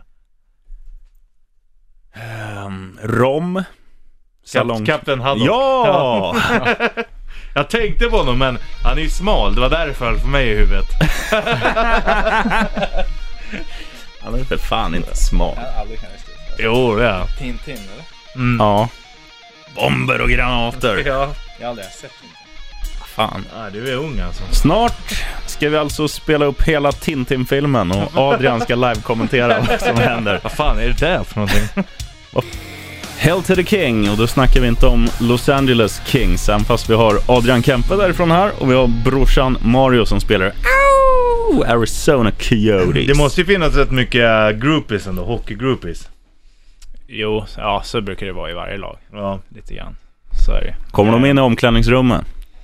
Um, rom. Salong. Kapten Haddock. Ja! Jag tänkte på honom, men han är ju smal. Det var därför för mig i huvudet. Han är för fan inte smal. Jo, det är han. Tintin, eller? Mm. Ja. Bomber och granater. Ja. Jag har aldrig sett Tintin. Fan. Ja, du är ung alltså. Snart ska vi alltså spela upp hela Tintin-filmen och Adrian ska live-kommentera vad som händer. Vad fan är det där för någonting? Hail to the King, och då snackar vi inte om Los Angeles Kings, även fast vi har Adrian Kempe därifrån här och vi har brorsan Mario som spelar Ow! Arizona Coyotes. Det måste ju finnas rätt mycket groupies ändå, hockey-groupies. Jo, ja, så brukar det vara i varje lag. Ja. Lite grann. Så är det. Kommer de in i omklädningsrummen?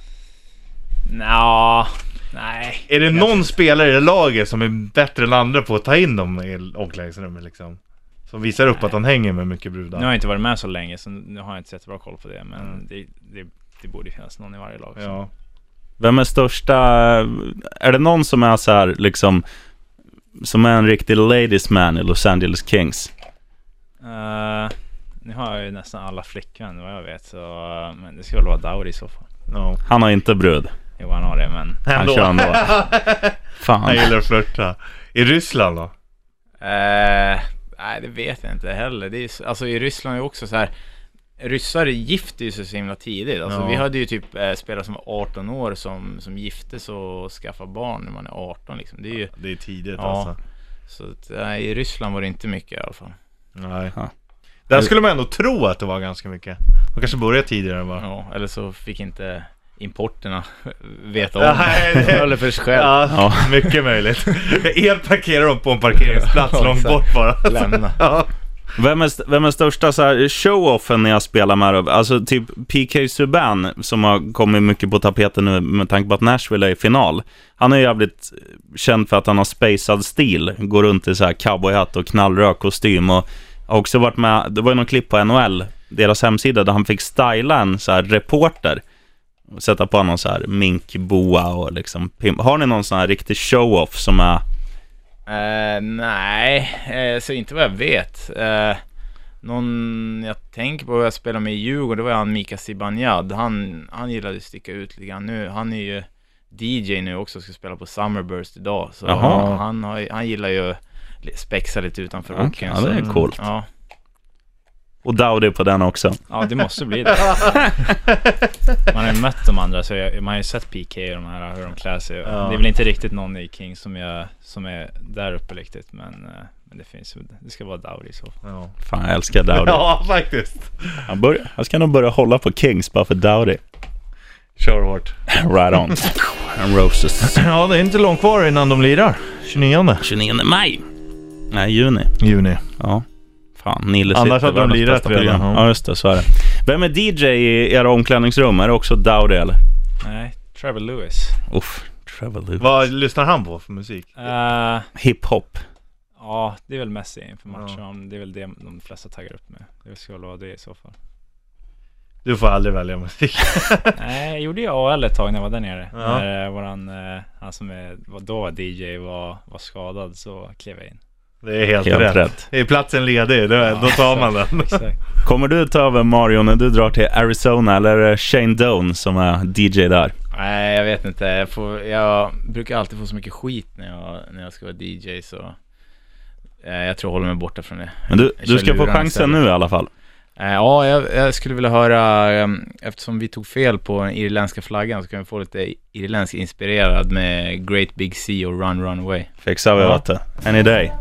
Nå, nej. Är det någon spelare i laget som är bättre än andra på att ta in dem i omklädningsrummet liksom? Som visar upp nej. Att han hänger med mycket brudar. Nu har jag inte varit med så länge, så nu har jag inte sett bra koll på det. Men mm. det, det, det borde finnas någon i varje lag. Ja. Vem är största... Är det någon som är så här liksom... Som är en riktig ladies man i Los Angeles Kings? Uh, nu har jag ju nästan alla flickvänner vad jag vet. Så, uh, men det ska väl vara Dowdy i så fall. No. Han har inte brud. Jo, han har det, men... Han ändå. kör ändå. Fan. Han gillar att flirta. I Ryssland då? Uh, nej, det vet jag inte heller. Det är, alltså i Ryssland är det också så här... Ryssar gifter ju sig så himla tidigt. Alltså, ja. Vi hade ju typ äh, spelare som var arton år som, som giftes och skaffade barn när man är arton. Liksom. Det är ju det är tidigt ja, alltså. Så att, äh, i Ryssland var det inte mycket i alla fall. Nej. Ja. Där skulle man ändå tro att det var ganska mycket. De kanske började tidigare bara. Ja, eller så fick inte importerna veta om Nej, det eller för sig själv. Ja, ja, mycket möjligt. El parkerar dem på en parkeringsplats ja, långt bort bara. Lämna. Ja. Vem är, vem är största så här show-offen när jag spelar med? Alltså typ P K Subban som har kommit mycket på tapeten nu med tanke på att Nashville är i final. Han är jävligt känd för att han har spacad stil. Går runt i så här cowboyhatt och knallröd kostym och har också varit med, det var ju någon klipp på N H L, deras hemsida, där han fick styla en så här reporter och sätta på någon så här minkboa och liksom pimp. Har ni någon sån här riktig show-off som är... Uh, nej, uh, så inte vad jag vet. Uh, någon jag tänker på vad jag spelar med i Djurgården, det var han Mika Zibanejad. Han, han gillade att sticka ut lite grann. Nu, han är ju D J nu också, ska spela på Summerburst idag. Så uh, han, har, han gillar ju spexa lite utanför okay, rocken. Ja, det är coolt. Ja. Och Dowdy på den också. Ja, det måste bli det. Man har ju mött de andra, så jag, man har ju sett P K och de här, hur de klär sig. Ja. Det är väl inte riktigt någon i King som, jag, som är där uppe riktigt, men, Men det finns det ska vara Dowdy så. Ja. Fan, jag älskar Dowdy. Ja, faktiskt. Jag, börjar, jag ska nog börja hålla på Kings bara för Dowdy. Kör hårt. Right on. And Roses. Ja, det är inte långt kvar innan de lirar. tjugonionde. tjugonionde maj. Nej, juni. Juni. Ja. Fan, Nille Annars sitter hade de lirat redan. Ja, just det, så är det. Vem är D J i era omklädningsrum? Är det också Dowdy eller? Nej, Trevor Lewis. Uff, Trevor Lewis. Vad lyssnar han på för musik? Uh, Hiphop. Ja, det är väl Messi inför matchen. Ja. Det är väl det de flesta taggar upp med. Det ska väl vara det i så fall. Du får aldrig välja musik. Nej, jag gjorde ju A L ett tag när jag var där nere. Ja. När våran, han som är, då var D J var, var skadad, så klev jag in. Det är helt, helt rätt. rätt. Är platsen ledig, då, ja, då tar man den. Exakt. Kommer du ta över Mario när du drar till Arizona, eller är det Shane Doan som är D J där? Nej, jag vet inte. Jag, får, jag brukar alltid få så mycket skit när jag, när jag ska vara D J, så eh, jag tror jag håller mig borta från det. Men du, du ska få chansen nu i alla fall. Eh, ja, jag, jag skulle vilja höra, eh, eftersom vi tog fel på den irländska flaggan, så kan vi få lite irländsk inspirerad med Great Big Sea och Run Run Away. Fixar vi, vet du. Any day.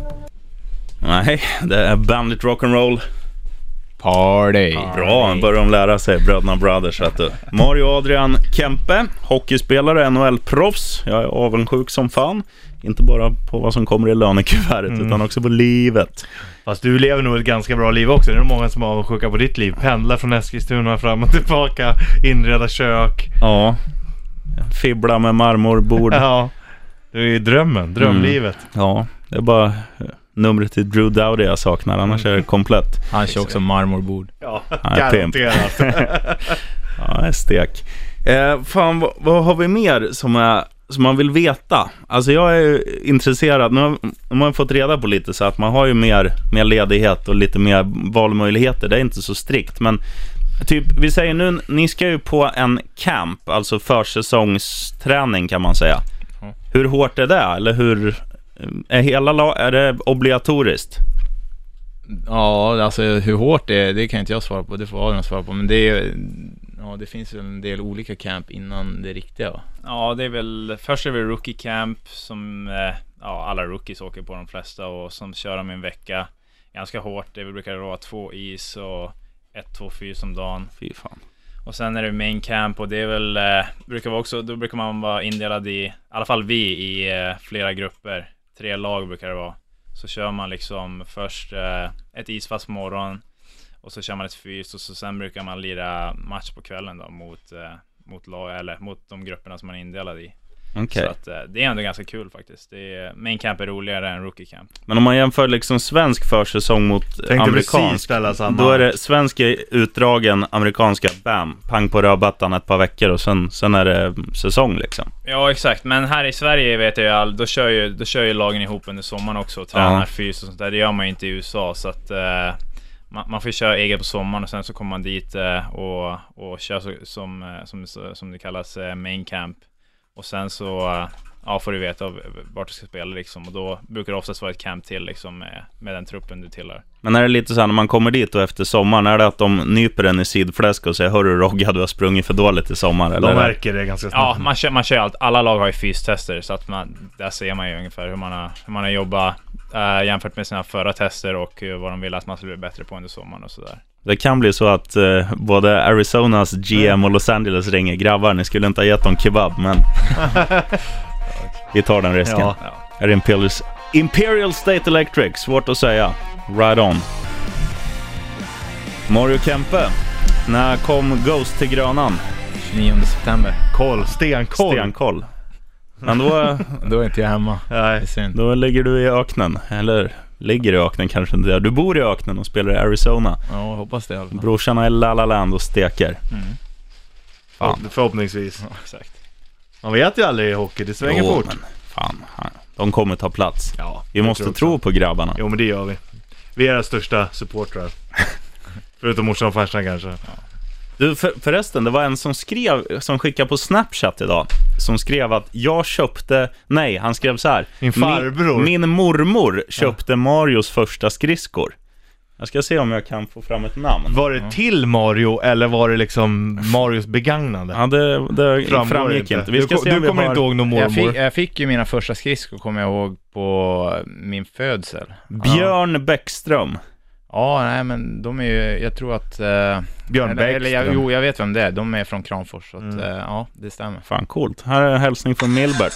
Nej, det är Bandit Rock'n'Roll Party. Bra, börjar de lära sig, bröderna Brothers, vet du. Mario Adrian Kempe, hockeyspelare, N H L-proffs. Jag är avundsjuk som fan. Inte bara på vad som kommer i lönekuvertet, mm. utan också på livet. Fast du lever nog ett ganska bra liv också. Det är många som är avundsjuka på ditt liv. Pendlar från Eskilstuna fram och tillbaka, inreda kök. Ja, fibbla med marmorbord. Ja, det är ju drömmen, drömlivet. Mm. Ja, det är bara numret till Drew Dowdy jag saknar, annars är det komplett. Han kör också marmorbord. Ja, garanterat. Ja, är stek. Eh, fan, vad, vad har vi mer som, är, som man vill veta? Alltså jag är intresserad, nu har man fått reda på lite så att man har ju mer, mer ledighet och lite mer valmöjligheter. Det är inte så strikt, men typ, vi säger nu, ni ska ju på en camp, alltså försäsongsträning kan man säga. Mm. Hur hårt är det? Eller hur är hela är det obligatoriskt? Ja, alltså hur hårt det är, det kan inte jag svara på, det får Adrian svara på, men det är, ja, det finns ju en del olika camp innan det riktiga. Ja, det är väl, först är det rookie camp som eh, ja, alla rookies åker på, de flesta, och som kör dem en vecka ganska hårt. Det brukar vara två is och ett, två, fyra som dagen. Fy fan. Och sen är det main camp, och det är väl eh, brukar vara också, då brukar man vara indelad i, i alla fall vi, i eh, flera grupper. Tre lag brukar det vara. Så kör man liksom först eh, ett isfast morgon, och så kör man ett fys, och så sen brukar man lira match på kvällen då mot, eh, mot, lag, eller mot de grupperna som man är indelad i. Okay. Så att, eh, det är ändå ganska kul faktiskt. Det är, main camp är roligare än rookie camp. Men om man jämför liksom svensk försäsong mot tänkte amerikansk, då är det svenska utdragen, amerikanska bam, pang på rödbattan ett par veckor, och sen, sen är det säsong liksom. Ja, exakt. Men här i Sverige vet jag ju all, då kör ju, då kör ju lagen ihop under sommaren också och tränar ja. fys och sånt där. Det gör man ju inte i U S A, så att eh, man, man får köra eget på sommaren, och sen så kommer man dit eh, och, och kör så, som, som, som det kallas eh, main camp. Och sen så ja, får du veta vart du ska spela liksom, och då brukar det oftast vara ett camp till liksom, med, med den truppen du tillhör. Men är det lite så här när man kommer dit och efter sommaren, är det att de nyper en i sidfläsk och säger hörru Rogga, du har sprungit för dåligt i sommar? Eller? De märker det ganska snabbt. Ja, man kör, man kör allt. Alla lag har ju fystester, så att man, där ser man ju ungefär hur man har, hur man har jobbat äh, jämfört med sina förra tester, och uh, vad de vill att man ska bli bättre på under sommaren och sådär. Det kan bli så att uh, både Arizonas G M och Los Angeles ringer, grabbar, ni skulle inte ha gett dem kebab, men vi tar den risken. Ja. Är det Imperial, Imperial State Electric, svårt att säga. Right on. Mario Kempe, när kom Ghost till Grönan? tjugonionde september. Koll, stenkoll. Stenkoll. Men då, då är inte jag hemma. Nej. Då ligger du i öknen, eller ligger i öknen kanske inte där. Du bor i öknen och spelar i Arizona. Ja, jag hoppas det. Alltså. Brorsarna är La La Land och steker. Mm. Fan. Förhoppningsvis. Ja, exakt. Man vet ju aldrig i hockey, det svänger jo, fort. Men fan, de kommer ta plats. Ja, vi måste tro på grabbarna. Jo, men det gör vi. Vi är era största supportrar. Förutom morsan och farsan kanske. Ja. Du, för, förresten, det var en som skrev, som skickade på Snapchat idag, som skrev att jag köpte, nej, han skrev så här: min farbror. Min, min mormor köpte ja. Marios första skridskor. Jag ska se om jag kan få fram ett namn. Var det till Mario eller var det liksom Marios begagnande? Ja, det, det framgick inte. inte. Vi ska du se du om vi kommer har... inte ihåg någon mormor. Jag fick, jag fick ju mina första skridskor, kommer jag ihåg, på min födsel. Björn ja. Bäckström. Ja, nej men de är ju, jag tror att... Uh, Björn eller, eller, jag, Bäckström. Jo, jag vet vem det är. De är från Kramfors, så att, Mm. uh, ja, det stämmer. Fan, coolt. Här är en hälsning från Milbert.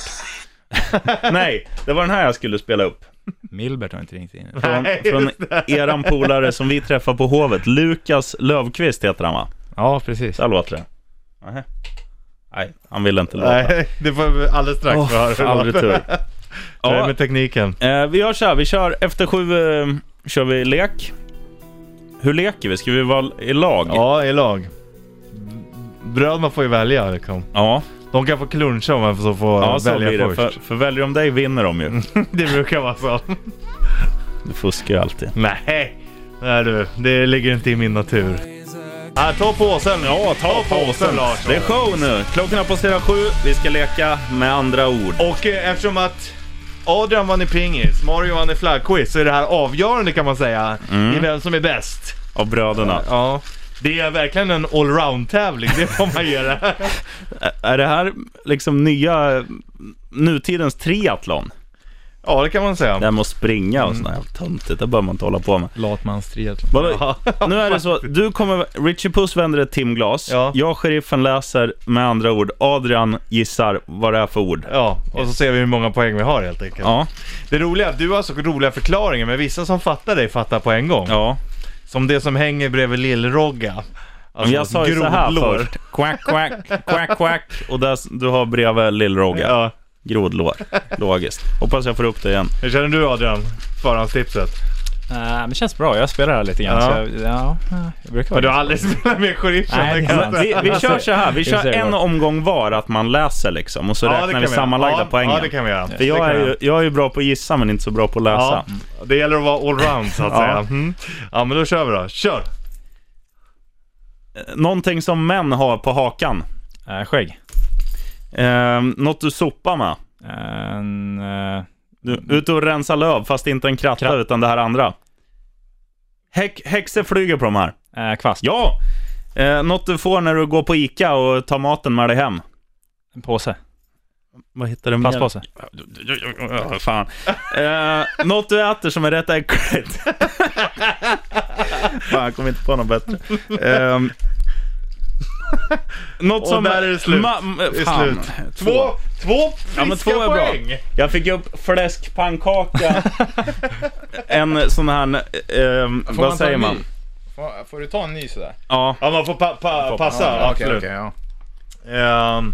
Nej, det var den här jag skulle spela upp. Milbert har inte ringt in. Från, Nej, från eran polare som vi träffar på Hovet. Lukas Lövqvist heter han, va? Ja, precis. Så låter det. Aha. Nej, han vill inte låta. Nej, det får vi alldeles strax oh, höra. Aldrig tur. Ja, det är med tekniken. Eh, vi gör så här, vi kör efter sju eh, kör vi lek. Hur leker vi? Ska vi vara i lag? Ja, i lag. Bröderna får ju välja liksom. Ja. De kan få kluncha om man så får Ja, så välja blir det. först. För, för väljer de dig vinner de ju. Det brukar vara så. Du fuskar ju alltid. Nej, nej du, det ligger inte i min natur. Ah, ta påsen. Ja, ta påsen Lars. Det är show nu. Klockan har passerat sju. Vi ska leka med andra ord. Och eh, eftersom att Adrian vann i pingis, Mario vann i flaggquiz, så är det här avgörande kan man säga Mm. i vem som är bäst. Av bröderna. Ja. Det är verkligen en allround-tävling, det får man göra. Är det här liksom nya nutidens triathlon? Ja, det kan man säga. Det här med att springa och sådär. Mm. Töntigt, det bör man inte hålla på med. Latmanstriathlon. Ja. Nu är det så, du kommer, Richie Puss vänder ett timglas. Ja. Jag, sheriffen, läser med andra ord. Adrian gissar vad det är för ord. Ja, och så ser vi hur många poäng vi har helt enkelt. Ja. Det roliga är att du har så roliga förklaringar, men vissa som fattar dig fattar på en gång. Ja. Som det som hänger bredvid Lillrogga. Alltså, jag sa ju så här först. Quack, quack, quack, quack. Och där du har bredvid Lillrogga. Ja. Grodlår. Logiskt. Hoppas jag får upp det igen. Hur känner du, Adrian? Förhandstipset. Uh, men det känns bra, jag spelar här lite grann. Ja. Så jag, ja, jag brukar Men du har aldrig spelat med sheriffen? Nej, Men vi, vi kör så här, vi Vi kör ser en vad. omgång var att man läser liksom. Och så Ja, det räknar kan vi vi sammanlagda göra. poängen. Ja, det kan vi göra. För Det jag kan är, vi ju, göra. jag är ju bra på att gissa men inte så bra på att läsa. Ja, det gäller att vara allround så att Ja. säga. Mm. Ja, men då kör vi då. Kör! Någonting som män har på hakan. Uh, skägg. Eh, något du sopar med. En... Uh, Du, ute och rensa löv, fast inte en kratta Kratt. utan det här andra. Häck, häxor flyger på de här. uh, kvast. Ja! Eh, något du får när du går på Ica och tar maten med dig hem. En påse. Vad hittar du mer? Plastpåse. Ja, fan. Eh, något du äter som är rätt äckligt. Fan, jag kommer inte på något bättre. Eh, något Och som... där är det slut. Ma- Det är fan. slut. Två, två friska Ja, men två är poäng. bra. Jag fick upp fläskpannkaka. En sån här... Eh, vad säger man? Får, får du ta en ny sådär? Ja. Ja, man får pa- pa- passa. Ja, okej, absolut. okej, ja. Ehm.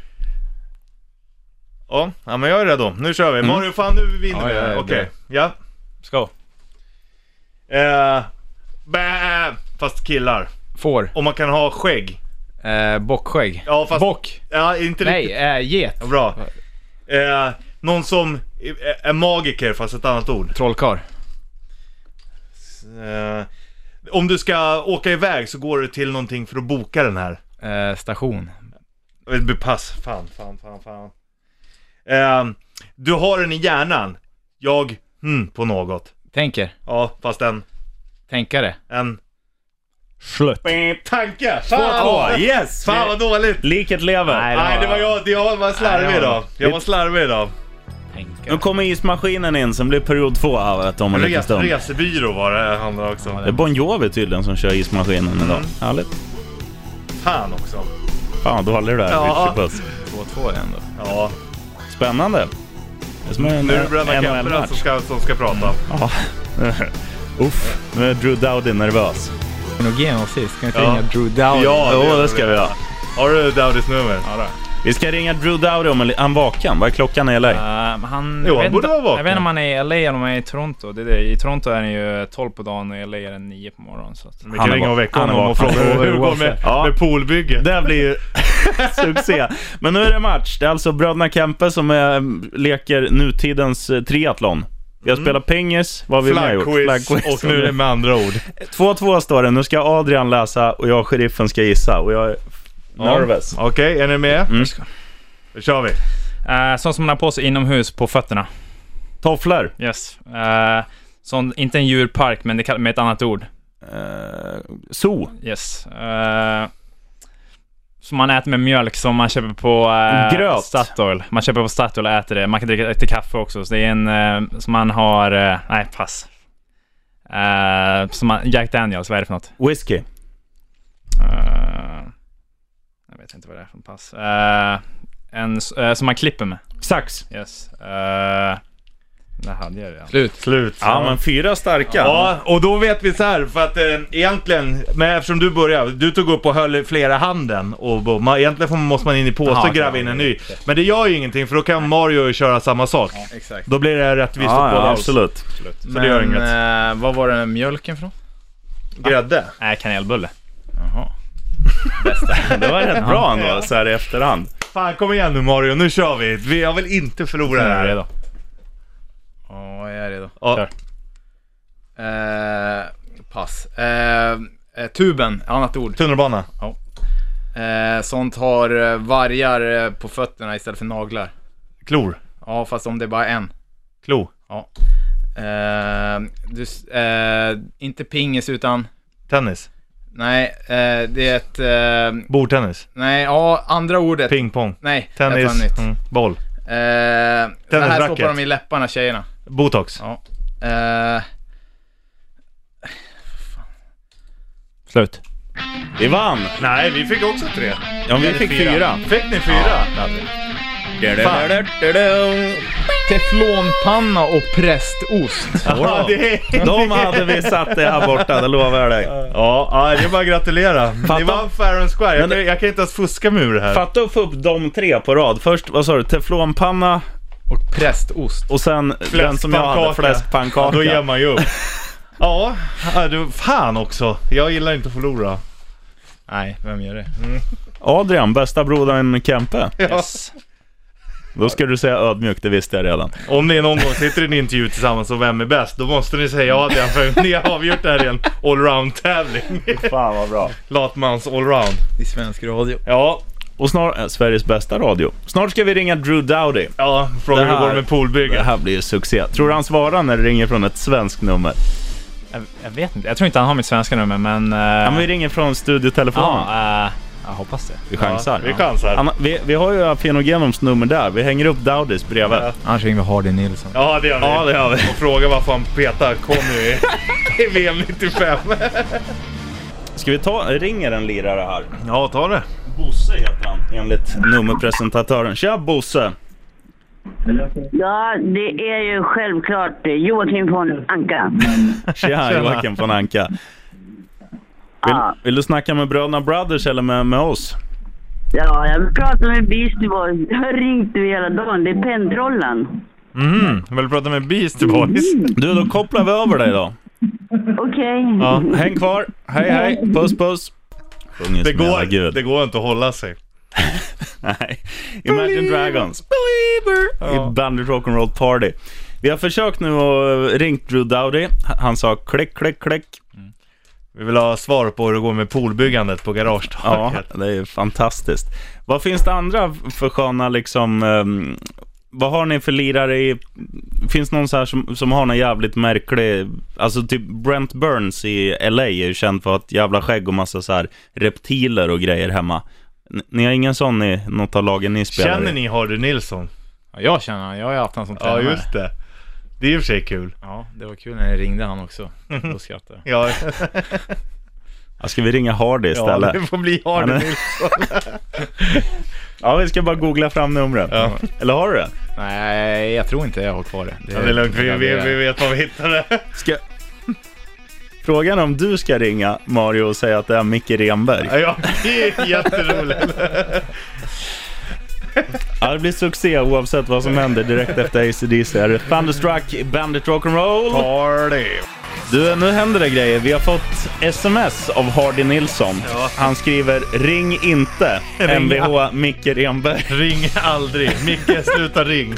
Ja, ja, men jag är redo. Nu kör vi. Mm. Mario, fan nu vinner Ja, vi. jag är Okej, beredd. ja. Skål. Uh, bä, fast killar. Får. Och man kan ha skägg. Eh, bockskägg. Ja, fast... Bock. Ja, inte Nej, riktigt. eh, get. Ja, bra. Eh, någon som är, är magiker, fast ett annat ord. Trollkarl. Eh, om du ska åka iväg så går du till någonting för att boka den här. Eh, station. Det blir pass. Fan, fan, fan, fan. Eh, du har den i hjärnan. Jag, hmm, på något. Tänker. Ja, fast en, Tänkare. en Slut. tanke. Två, Fan, två. Yes! fan vad dåligt. Liket lever. Nej, Nej, det var jag, jag var slarvig Nej, det var- idag. Jag var slarvig idag. Nu Tänkare. kommer ismaskinen in som blir period två här, vet du, om en liten Res, stund. resebyrå var det handlar också. Det är Bon Jovi tydligen som kör ismaskinen idag. Mm. Härligt. Fan också. Fan, du håller det där. Ja. Richie Puss. två två ändå. Ja. Spännande. Det är som en Nu är det Bröderna N H Kemper L-match. som ska, som ska prata. Ja. Uff, nu är Drew Dowdy nervös. Genogen sist. Kan vi Ja. ringa Drew Dowdy? Ja, Jo, gör det ska vi göra. Har du Dowdys nummer? Ja, då. Vi ska ringa Drew Dowdy om en li- han vaken. Vad är klockan i L A? Uh, han, Jo, jag, han vet borde inte, vara vaken. jag vet inte om han är i L A eller om han är i Toronto. Det är det. I Toronto är han ju tolv på dagen och i L A är den nio på morgonen. Så att... Vi Han kan är ringa va- och väcka han är honom och vaken. fråga hur det går med, Ja. med poolbygge. Det blir ju succé. Men nu är det match. Det är alltså Bröderna Kempe som är, leker nutidens eh, triathlon. Vi har spelat pingis. Vad har vi med gjort? Flaggquiz. Och nu är det med andra ord. två två står det. Nu ska Adrian läsa och jag och sheriffen ska gissa. Och jag är nervous. Okej, okay, är ni med? Mm. Då kör vi. Uh, sånt som man har på sig inomhus på fötterna. Tofflor. Yes. Uh, Sån, inte en djurpark, men det kallas med ett annat ord. Uh, zoo. Yes. Uh, som man äter med mjölk som man köper på uh, Gröt. Statoil. Man köper på Statoil och äter det. Man kan dricka det till kaffe också. Så det är en uh, som man har... Uh, nej, pass. Uh, som man, Jack Daniels, vad är det för något? Whisky. Uh, jag vet inte vad det är för en pass. Uh, en uh, som man klipper med. Sax. Yes. Uh, Där hade jag det. Slut. Slut. Ja, ja, men fyra starka. Ja, och då vet vi så här, för att eh, egentligen, men eftersom du började, du tog upp och höll flera handen och man, egentligen får, måste man in i påse och gräva in en ny. Men det gör ju ingenting, för då kan Mario köra samma sak. Ja, exakt. Då blir det rättvist ja, på ja, båda. absolut. Så men, det gör inget. Eh, vad var det med mjölken från? Grädde? Nej, kanelbulle. Jaha. Bästa. Det var rätt bra ändå, ja. Så här i efterhand. Fan, kom igen nu Mario, nu kör vi. Vi har väl inte förlorat det här. Redo. Ja, jag är redo. Ja. Kör. Eh, pass. Eh, eh, tuben, annat ord. Tunnelbana. Ja. Eh, sånt har vargar på fötterna istället för naglar. Klor. Ja, fast om det är bara en. Klo. Ja. Eh, du, eh, inte pingis utan... Tennis. Nej, eh, det är ett... Eh, Bordtennis. nej, ja, andra ordet. Pingpong. Nej, jag tar Tennis. nytt. Mm. Boll. Eh, det här racket. stoppar de i läpparna, tjejerna. Botox. Ja. Eh, Slut. Vi vann. Nej, vi fick också tre. Ja, vi fick fyra. Fick ni fyra? Fan. Teflonpanna och prästost. Ja, det är... De hade vi satt det här borta, det lovar jag dig. Ja, ja, det är bara att gratulera. Fatta- Det var fair and square. Jag, Men- kan- jag kan inte ens fuska med ur det här. Fatta att få upp de tre på rad. Först, vad sa du, teflonpanna Och prästost. och sen den som jag hade, Fläskpannkaka. fläskpannkaka. Ja, då ger man ju upp. Ja, ja, du, fan också. Jag gillar inte att förlora. Nej, vem gör det? Adrian, bästa brodern Kempe. Yes. Då ska du säga ödmjukt, det visste jag redan. Om ni någon gång sitter i en intervju tillsammans och vem är bäst, då måste ni säga Adrian, för ni har avgjort det här i en allround-tävling. Fan vad bra. Latmans allround. I svensk radio. Ja, Och snart, äh, Sveriges bästa radio. Snart ska vi ringa Drew Dowdy. ja, fråga Det hur här- går det med poolbygget. Det här blir ju succé. Tror du han svarar när det ringer från ett svenskt nummer? Jag, jag vet inte. Jag tror inte han har mitt svenska nummer, men... Uh, Ja, men vi ringer från studiotelefonen. ja, uh, jag hoppas det. Vi chansar. Ja, vi chansar. Han, vi, vi har ju Afenogenoms nummer där. Vi hänger upp Dowdys bredvid. Ja. Annars ringer vi Hardy Nilsson. Ja, det gör vi. Ja, det gör vi. Och fråga varför han petar Conny i, i V M nittiofem. Ska vi ta, ringer en lirare här? Ja, ta det. Bosse heter han, enligt nummerpresentatören. Tja Bosse! Ja, det är ju självklart Joakim von Anka. Tja Joakim von Anka. Vill, Ja. vill du snacka med Bröderna Brothers eller med, med oss? Ja, jag pratar med Beastie Boys. Jag har ringt du hela dagen. Det är Pendrollan. Mm, vill du prata med Beastie Boys? Du, då kopplar vi över dig då. Okej. Ja, häng kvar. Hej hej, puss puss. Sjunges Det med alla går, Gud. det går inte att hålla sig. Nej, Imagine Dragons. Believer. Ja. I Bandit Rock'n'Roll Party. Vi har försökt nu och ringt Drew Dowdy. Han sa klick, klick, klick. Vi vill ha svar på hur det går med poolbyggandet på Ja, garagetaket. det är ju fantastiskt. Vad finns det andra för sköna liksom... Um, vad har ni för lirare i... Finns någon så här som, som har någon jävligt märklig... Alltså typ Brent Burns i L A är ju känd för att jävla skägg och massa så här reptiler och grejer hemma. N- ni har ingen sån i något av lagen ni spelar Känner i? ni Hardy Nilsson? Ja, jag känner han. Jag har ju haft han som Ja, tränare. just det. Det är ju för sig kul. Ja, det var kul när jag ringde han också. Då skrattade jag. Ja, Ja, ska vi ringa Hardy ja istället? det får bli Hardy Ja, nej. Nilsson. Ja, vi ska bara googla fram numret. Ja. Eller har du det? Nej, jag tror inte jag har kvar det. Ja, det är lugnt, vi, vi, vi vet vad vi hittade. Ska... Frågan om du ska ringa Mario och säga att det är Micke Renberg. Ja, det är jätteroligt. Ja, det blir succé oavsett vad som händer direkt efter A C D C. Är det Thunderstruck i Bandit Rock'n'Roll? Party. Du, nu händer det grejer. Vi har fått sms av Hardy Nilsson. Ja. Han skriver, ring inte Ring M V H Micke Renberg. Ring aldrig. Micke, sluta ring.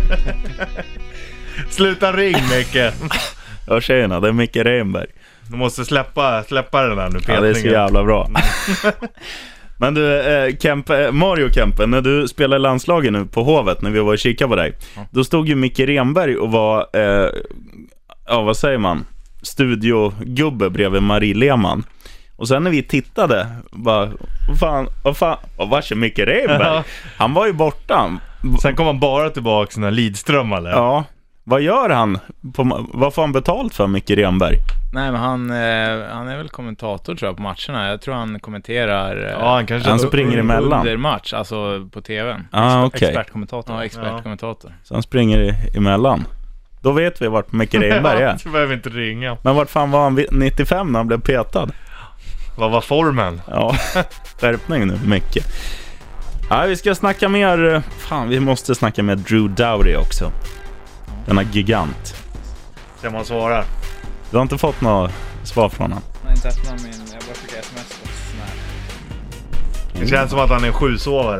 Sluta ring, Micke. Ja, tjejerna, det är Micke Renberg. Du måste släppa, släppa den där nu, Ja, petningen. det är så jävla bra. Men du, eh, Kempe, Mario Kempe, när du spelade landslaget nu på Hovet, när vi var och kikade på dig, då stod ju Micke Renberg och var... Eh, ja, vad säger man? Studiogubbe bredvid Marie Lehmann. Och sen när vi tittade, bara, vad fan, vad fan, vad var så mycket Renberg? Han var ju borta. Sen kom han bara tillbaka sina Lidström, eller? Ja. Vad gör han? På, vad får han betalt för, Micke Renberg? Nej, men han, eh, han är väl kommentator tror jag på matcherna. Jag tror han kommenterar eh, ja, han, kanske han springer emellan under match, alltså på tvn. Ah, okay. Expertkommentator. Ja, expertkommentator. Så han springer emellan. Då vet vi vart Micke Renberg är. Så behöver vi inte ringa. Men vart fan var han nittiofem när han blev petad? Vad var formen? Ja, skärpning nu, Micke. Ja, vi ska snacka mer. Fan, vi måste snacka med Drew Dowdy också. Denna gigant. Se om han svarar. Du har inte fått något svar från honom? Nej, inte öppna min. Jag bara fick sms och snär. Det känns som att han är en sjusovare.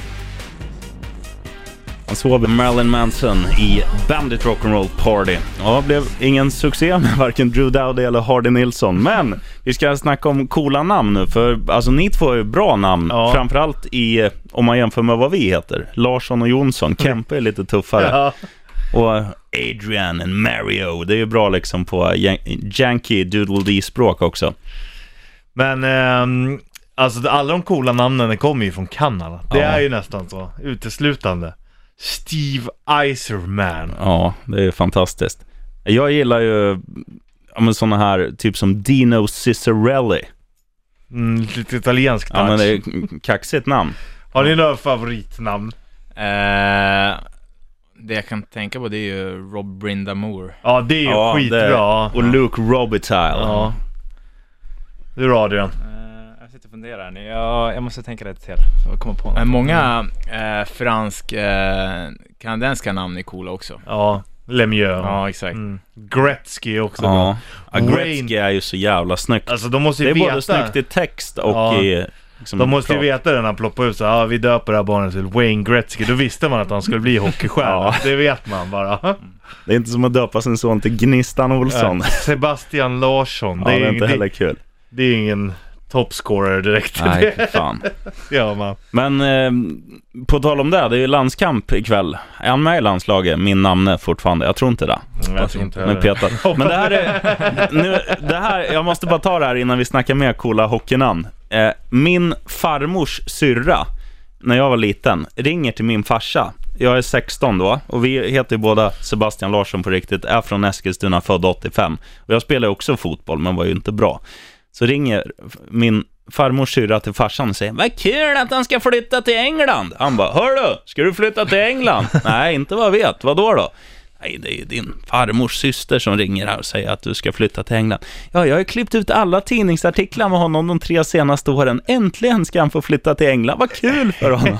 Han sov med Marilyn Manson i Bandit Rock'n'Roll Party. Ja, det blev ingen succé med varken Drew Dowdy eller Hardy Nilsson. Men vi ska snacka om coola namn nu. För alltså, ni två är ju bra namn. Ja. Framförallt i, om man jämför med vad vi heter. Larsson och Jonsson. Kempe är lite tuffare. Ja. Och Adrian och Mario. Det är ju bra liksom på Yankee Doodle-Dee-språk också. Men ähm, alltså alla de coola namnen kommer ju från Kanada. Det ja. är ju nästan så uteslutande. Steve Eiserman. Ja, det är fantastiskt. Jag gillar ju ja, men såna här typ som Dino Ciccarelli. Mm, lite italienskt. Ja, men det är kaxigt namn. Har ni några favoritnamn? Eh, det jag kan tänka på det är ju Rob Brindamore. Ja, det är ju ja, skitbra. Det, och Luke Robitaille. Ja. Du Adrian. Jag sitter och funderar nu. Jag, jag måste tänka lite till. Jag kommer på något. Många eh, fransk eh, kanadenska namn är coola också. Ja, Lemieux. Ja, exakt. Mm. Gretzky också. Ja, ja Gretzky är ju så jävla snyggt. Alltså, de måste ju det är veta. både snyggt i text och ja. i liksom, de måste ju veta det när han ploppar ut så ja, vi döper det här barnet till Wayne Gretzky. Då visste man att han skulle bli hockeystjärna. Ja. Det vet man bara. Det är inte som att döpa sin son till Gnistan Olsson. Ja. Sebastian Larsson. Ja, det är, det är inte det, heller kul. Det är ingen topscorer direkt. Nej, för fan. Ja, man. Men eh, på tal om det, det är ju landskamp ikväll. Är han med i landslaget? Min namn är fortfarande. Jag tror inte det. Jag tror inte Men, Peter. Men det här är nu, det här, jag måste bara ta det här innan vi snackar mer coola hockeynamn. Eh, min farmors syrra, när jag var liten, ringer till min farsa. Jag är sexton då och vi heter ju båda Sebastian Larsson på riktigt. Är från Eskilstuna, född åttiofem. Och jag spelar också fotboll men var ju inte bra. Så ringer min farmors syrra till farsan och säger: vad kul att han ska flytta till England. Han bara: hör du, ska du flytta till England? Nej, inte vad jag vet. Vad då då? Nej, det är din farmors syster som ringer här och säger att du ska flytta till England. Ja, jag har klippt ut alla tidningsartiklar med honom de tre senaste åren. Äntligen ska han få flytta till England. Vad kul för honom.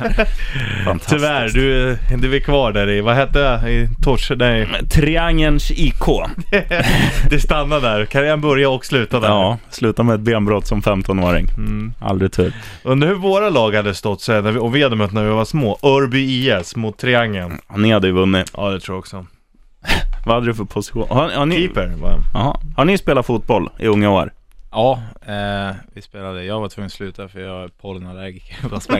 Tyvärr, du, du är kvar där i, vad hette det? I Torch, nej. Triangelns I K. Det stannar där. Kan jag börja och sluta där? Ja, sluta med ett benbrott som femtonåring. Mm. Aldrig tur. Undrar hur våra lag hade stått så när vi, och vi hade mött när vi var små. Örby I S mot Triangeln. Ja, ni hade ju vunnit. Ja, det tror jag också. Vad hade du för position? Har, har ni, Keeper. Aha. Har ni spelat fotboll i unga år? Ja, eh, vi spelade. Jag var tvungen att sluta för jag är pollenallergiker.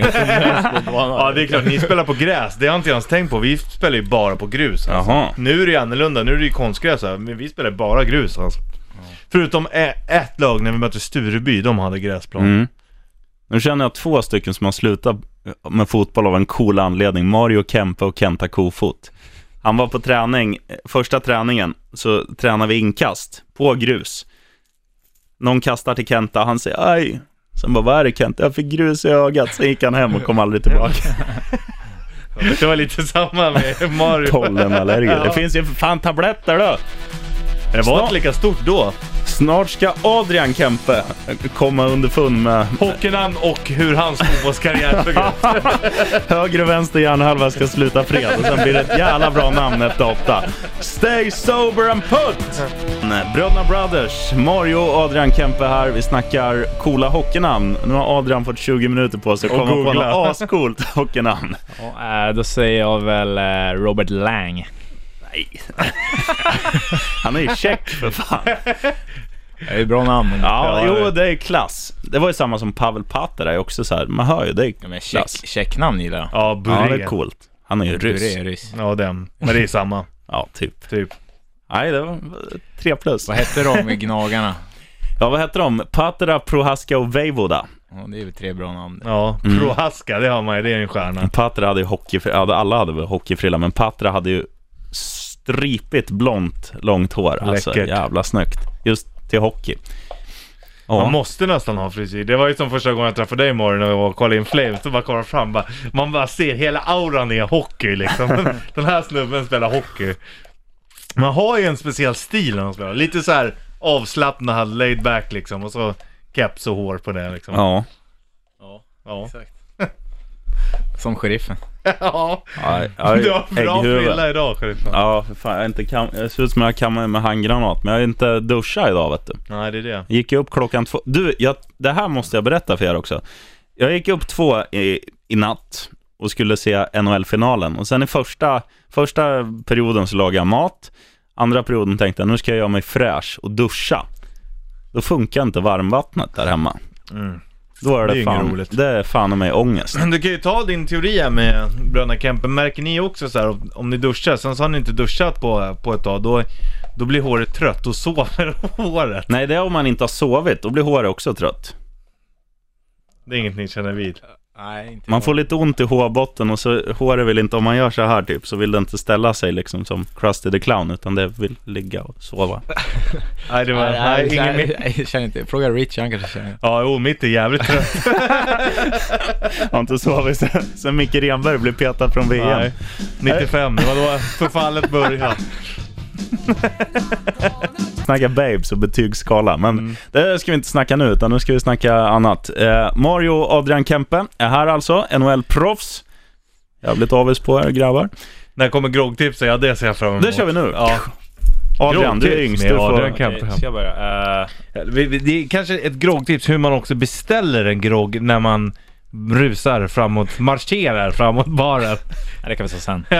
Ja, det är klart. Ni spelar på gräs. Det har jag inte ens tänkt på. Vi spelar ju bara på grus. Alltså. Nu är det annorlunda. Nu är det ju konstgräs. Men vi spelar bara grus. Alltså. Ja. Förutom ett lag när vi mötte Stureby. De hade gräsplan. Mm. Nu känner jag två stycken som har slutat med fotboll av en cool anledning. Mario Kempe och Kenta Kofot. Han var på träning, första träningen så tränar vi inkast på grus. Någon kastar till Kenta, han säger aj. Sen bara, vad är det Kenta? Jag fick grus i ögat. Sen gick han hem och kom aldrig tillbaka. Det var lite samma med Mario. Pollenallergi. Ja. Det finns ju fan tabletter då. Det var inte lika stort då. Snart ska Adrian Kempe komma underfund med hockeynamn och hur hans fotbollskarriär såg ut. Höger och vänster hjärnhalva ska sluta fred. Och sen blir det ett jävla bra namn efter åtta. Stay sober and put! Bröderna Brothers, Mario och Adrian Kempe här. Vi snackar coola hockeynamn. Nu har Adrian fått tjugo minuter på sig att komma på något ascoolt hockeynamn. Ja, då säger jag väl Robert Lang. Nej. Han är ju check för fan. Det är bra namn. Ja, jo, det är klass. Det var ju samma som Pavel Pater är också så här. Man hör ju, det är ja, klass. Checknamn i det. Ja, Bure. Ja, det är coolt. Han är ju ryss. Är ryss. Ja, den. Men det är samma. Ja, typ. Typ. Nej, det var tre plus. Vad hette de i Gnagarna? Ja, vad heter de? Patra, Prohaska och Vejvoda. Ja, det är väl tre bra namn. Ja, Mm. Prohaska, det har man ju, det är en stjärna. Patra hade ju hockeyfrilla, alla hade väl hockeyfrilla, men Patra hade ju stripigt blont långt hår. Alltså Läckert. jävla snyggt. Just till hockey. Ja. Man måste nästan ha frisyr. Det var ju som första gången jag träffade dig imorgon när jag var och kollade in Flames. Så bara kommer fram, bara, man bara ser hela auran i hockey liksom. Den här snubben spelar hockey. Man har ju en speciell stil när man spelar. Lite så här avslappnad, laid back liksom. Och så keps och hår på det liksom. Ja. Ja, ja. Exakt. Som sheriffen. Ja, Aj, aj, du har bra ägghuvud. frilla idag, sheriffen. Ja, för fan, jag, är inte kam- jag ser ut som jag kammar med handgranat, men jag har inte duschat idag, vet du. Nej, det är det. Gick jag upp klockan två. Du, jag, det här måste jag berätta för er också. Jag gick upp två i, i natt och skulle se N H L-finalen. Och sen i första, första perioden så lagade jag mat. Andra perioden tänkte jag, nu ska jag göra mig fräsch och duscha. Då funkar inte varmvattnet där hemma. Mm. Då är det, Det är fan, inget roligt. det är fan med ångest. Du kan ju ta din teori här med Bröderna Kempe. Märker ni också så här, om ni duschar, sen så har ni inte duschat på, på ett tag, då, då blir håret trött och sover håret. Nej, det är om man inte har sovit, då blir håret också trött. Det är inget ni känner vid. Nej, inte Man får lite ont i hårbotten och så håret vill inte, om man gör så här typ, så vill det inte ställa sig liksom som Krusty the Clown, utan det vill ligga och sova. Nej, det var Nej, nej, nej, ingen nej, mitt. nej, jag känner inte. Fråga Rich, han kanske känner. Ja, jo, mitt är jävligt trött. Jag har inte sovit sen, sen Micke Renberg blev petad från V M. Nej, nittiofem, det var då förfallet började. Snacka babes och betygsskala, men Mm. det ska vi inte snacka nu, utan nu ska vi snacka annat. eh, Mario och Adrian Kempe är här alltså, N H L-proffs. Jävligt avis på er grabbar. När kommer groggtips? Ja, det ser jag fram emot. Det kör vi nu. Ja. Adrian, du är Groggtips yngst, med du får... Adrian Kempe. Okej, ska jag börja? Uh, Vi- vi- Det är kanske ett groggtips hur man också beställer en grogg när man rusar framåt, marscherar framåt baren. det kan vi ta sen.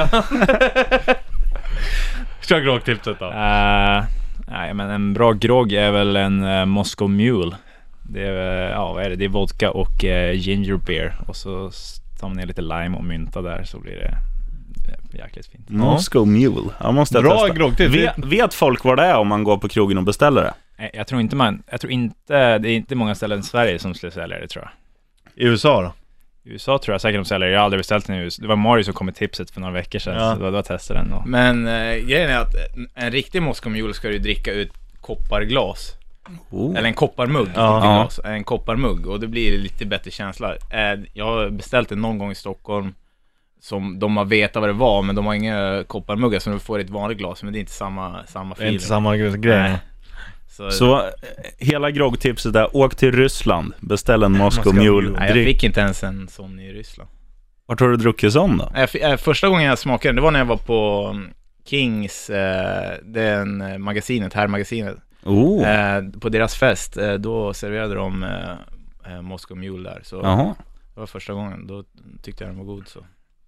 Kör groggtipset då. Uh, nej, men en bra grogg är väl en uh, Moscow Mule. Det är, uh, ja, vad är det? Det är vodka och uh, ginger beer. Och så tar man ner lite lime och mynta där, så blir det uh, jäkligt fint. Moscow Mule. Jag måste Bra testa. groggtips. Vet, vet folk vad det är om man går på krogen och beställer det? Nej, Jag tror inte man, jag tror inte, det är inte många ställen i Sverige som skulle sälja det, tror jag. I U S A då? I U S A tror jag säkert de säljer det. Jag har aldrig beställt den i U S A. Det var Mario som kom med tipset för några veckor sedan. Ja. Så då, då testade den. Och... Men eh, grejen är att en, en riktig Moscow Mule ska du dricka ut kopparglas. Oh. Eller en kopparmugg. Ja. Inte glas, en kopparmugg. Och det blir lite bättre känsla. Eh, jag har beställt den någon gång i Stockholm. Som de har vetat vad det var. Men de har inga kopparmuggar som du får i ett vanligt glas. Men det är inte samma, samma Det är feeling. inte samma grej. Nej. Så, Så eh, hela groggtipset är, åk till Ryssland, beställ en Moscow Moscow Mule. Mule. nej, jag Drick. fick inte ens en sån i Ryssland. Vart har du druckit sån då? Jag, fi- eh, första gången jag smakade den, det var när jag var på mm, Kings, eh, den eh, magasinet, här magasinet. Oh. Eh, på deras fest, eh, då serverade de eh, eh, Moscow Mule där. Så Jaha. det var första gången, då tyckte jag den var god. Så.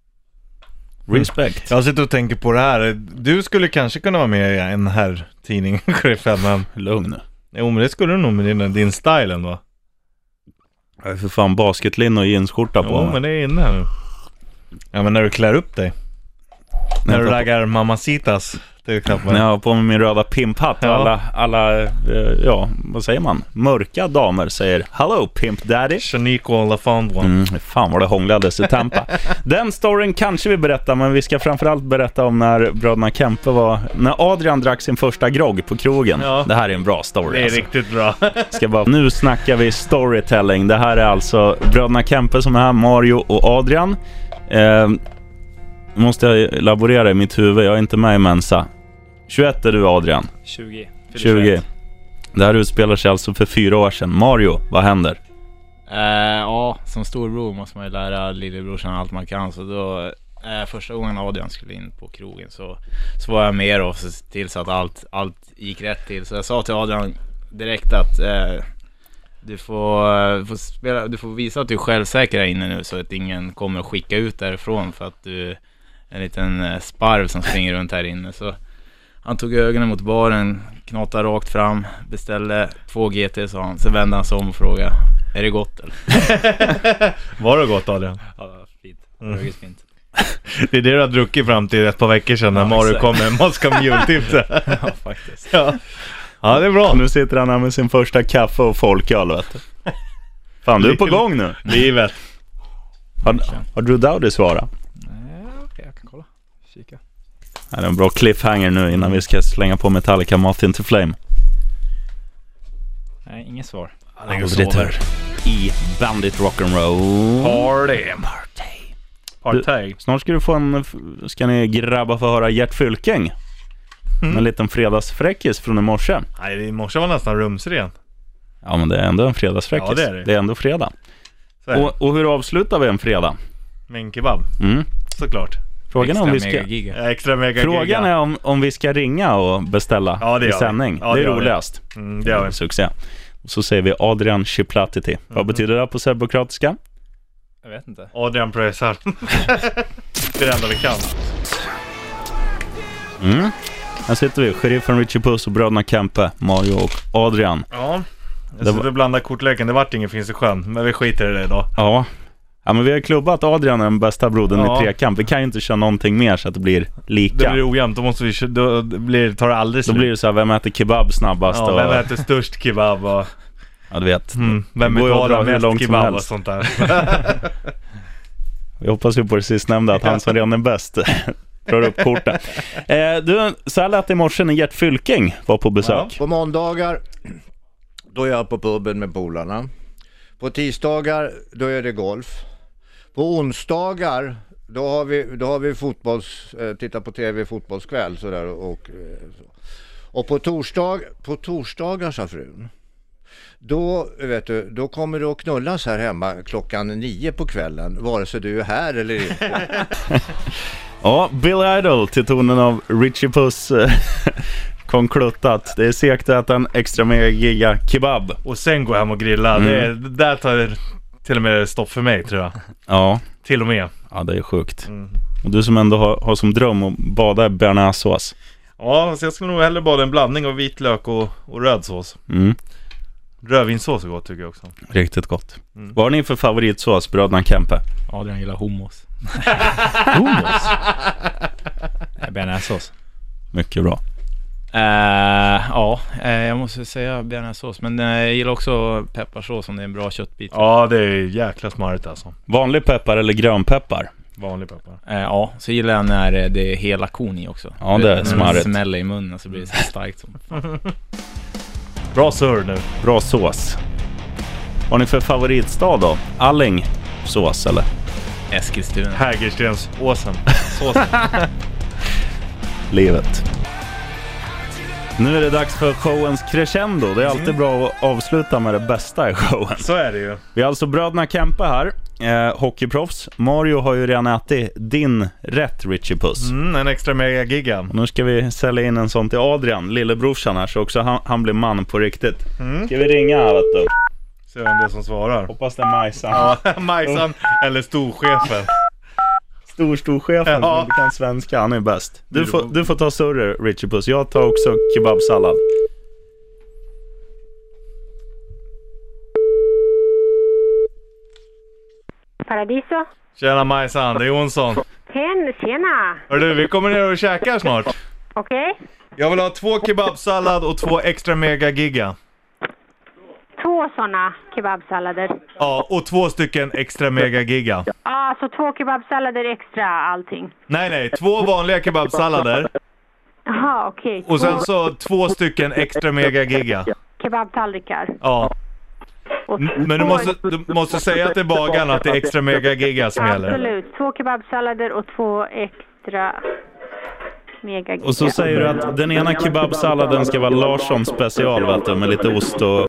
Respect. Jag sitter och tänker på det här. Du skulle kanske kunna vara med i en här tidning, sheriffen, men... Lugn nu. Jo, men det skulle du nog med din, din style ändå. Jag är för fan basketlinne och jeansskjorta på Jo, mig. men det är inne här nu. Ja, men när du klär upp dig. När du raggar mamacitas till exempel. När jag har på mig min röda pimphatt och Ja. alla, alla eh, ja, vad säger man? Mörka damer säger hello pimp daddy. Shaniqua LaFond one. Mm, fan vad det hånglades i Tampa. Den storyn kanske vi berättar, men vi ska framförallt berätta om när bröderna Kempe var, när Adrian drack sin första grogg på krogen. Ja. Det här är en bra story. Det är alltså. riktigt bra. Ska bara, nu snackar vi storytelling. Det här är alltså bröderna Kempe som är här, Mario och Adrian. Eh, måste jag laborera i mitt huvud, jag är inte med i Mensa. tjugoett är du, Adrian. tjugo. tjugo. Det här utspelar sig alltså för fyra år sedan. Mario, vad händer? Eh, ja, som storbror måste man ju lära lillebrorsan allt man kan. Så då, eh, första gången Adrian skulle in på krogen så, så var jag med och så till så att allt, allt gick rätt till. Så jag sa till Adrian direkt att eh, du, får, eh, får spela, du får visa att du är självsäker här inne nu, så att ingen kommer att skicka ut därifrån för att du är en liten eh, sparv som springer runt här inne. Så han tog ögonen mot baren, knatade rakt fram, beställde två G T, sa han. Sen vände han sig om och frågade, är det gott eller? Var det gott, Adrian? Ja, det var fint. Det Mm. var riktigt fint. Det är det du har druckit fram till ett par veckor sedan när Ja, Mario exakt. kom med Moscow Mule-tipset. Ja, faktiskt. Ja. Ja, det är bra. Nu sitter han här med sin första kaffe och folköl, vet du. Fan, du är på gång nu. Livet. Har, har Drew Dowdy svarat? Nej, okej, jag kan kolla. Kika. Det är en bra cliffhanger nu innan vi ska slänga på Metallica Moth into Flame. Nej, inget svar. Han sover. I Bandit Rock'n'Roll. Party. Du, Party. snart ska du få en, ska ni grabba få höra Gert Fylking. Mm. En liten fredagsfräckis från i morse. Nej, i morse var nästan rumsren. Ja, men det är ändå en fredagsfräckis. Ja, det är det. Det är ändå fredag. Så är det. Och, och hur avslutar vi en fredag? Med en kebab. Mm. Såklart. Frågan är om vi ska, mega giga. Ja, extra mega frågan giga. är om, om vi ska ringa och beställa Ja, det i gör vi. sändning. Ja, det det är gör vi. roligast. Mm, det gör vi. Succé. Och så säger vi Adrian Chiplatity. Vad Mm. betyder det på serbokratiska? Jag vet inte. Adrian pröjsar. Det är det enda vi kan. Mm. Här sitter vi, sheriffen Richie Puss och bröderna Kempe, Mario och Adrian. Ja. Jag Det skulle var- blanda kortleken. Det vart ingen finns i sjön. Men vi skiter i det idag. Ja. Ja, men vi har klubbat Adrian är den bästa brodern Ja. i trekamp. Vi kan ju inte köra någonting mer så att det blir lika. Det blir ojämnt. Då måste vi kö- då blir, tar det aldrig Då slut. blir det så här, vem äter kebab snabbast? Ja, och, vem äter störst kebab och... ja, du vet. Mm, vem Det går ju att dra betalar hur mest långt som kebab och helst. sånt där. Jag hoppas ju på det sistnämnda, att han som redan är bäst drar upp korten. Eh, du, så här lät i morse när Gert Fylking var på besök. På måndagar då är jag på puben med polarna. På tisdagar då är det golf. På onsdagar då har vi då har vi fotbolls eh, titta på tv fotbollskväll så där och eh, så. Och på torsdag på torsdagar sa frun. Då vet du, då kommer det att knullas här hemma klockan nio på kvällen vare sig du är här eller inte. Ja, Bill Idol till tonen av Richie Puss eh, konkluttat. Det är segt att äta en extra mega giga kebab. Och sen gå hem och grilla. Mm. Det, det där tar till och med stopp för mig, tror jag. Ja. Till och med. Ja, det är sjukt. Mm. Och du som ändå har, har som dröm att bada i bearnaisesås. Ja, så jag skulle nog hellre bada en blandning av vitlök och, och röd sås. Mm. Rödvinssås är gott tycker jag också. Riktigt gott. Mm. Vad har ni för favoritsås, bröderna Kempe? Adrian gillar hummus. Hummus? Bearnaisesås. Mycket bra. Uh, ja, uh, jag måste säga bearnaisesås. Men uh, jag gillar också pepparsås om det är en bra köttbit. Ja, det är jäkla smarrigt alltså. Vanlig peppar eller grönpeppar? Vanlig peppar. Uh, ja, så gillar jag när det är hela kon i också. Ja, det är när smarrigt. det smäller i munnen så blir det så starkt som fan. Bra surr nu. Bra sås. Vad har ni för favoritstad då? Alling sås eller? Eskilstuna. Hägerstens åsen. Sås. Livet. Nu är det dags för showens crescendo. Det är alltid bra att avsluta med det bästa i showen. Så är det ju. Vi har alltså bröderna Kempe här. Eh, hockeyproffs. Mario har ju redan ätit din rätt, Richie Puss. Mm, en extra mega giga. Och nu ska vi sälja in en sån till Adrian, lillebrorsan här, så också han, han blir man på riktigt. Mm. Ska vi ringa här, vet du? Se vem det är som svarar. Hoppas det är Majsan. Ja, Majsan eller storchefen. Stor, storchefen, Ja. som inte kan svenska, han är bäst. Du får, du får ta surre, Richie Puss. Jag tar också kebabsallad. Paradiso. Tjena Majsan, det är Jonsson. Hen, tjena. Hörru, vi kommer ner och käkar snart. Okej. Jag vill ha två kebabsallad och två extra mega giga. Två såna kebabsallader. Ja, och två stycken extra mega giga. Ja, så två kebabsallader extra allting. Nej, nej, två vanliga kebabsallader. Jaha, okej. Och sen så två stycken extra mega giga. Kebabtallrikar. Ja. Och M- Men du måste, du måste säga till bagaren att det är extra mega giga som gäller. Absolut. Två kebabsallader och två extra mega. Och så säger du att den ena kebabsalladen ska vara Larsson special, vet du, med lite ost och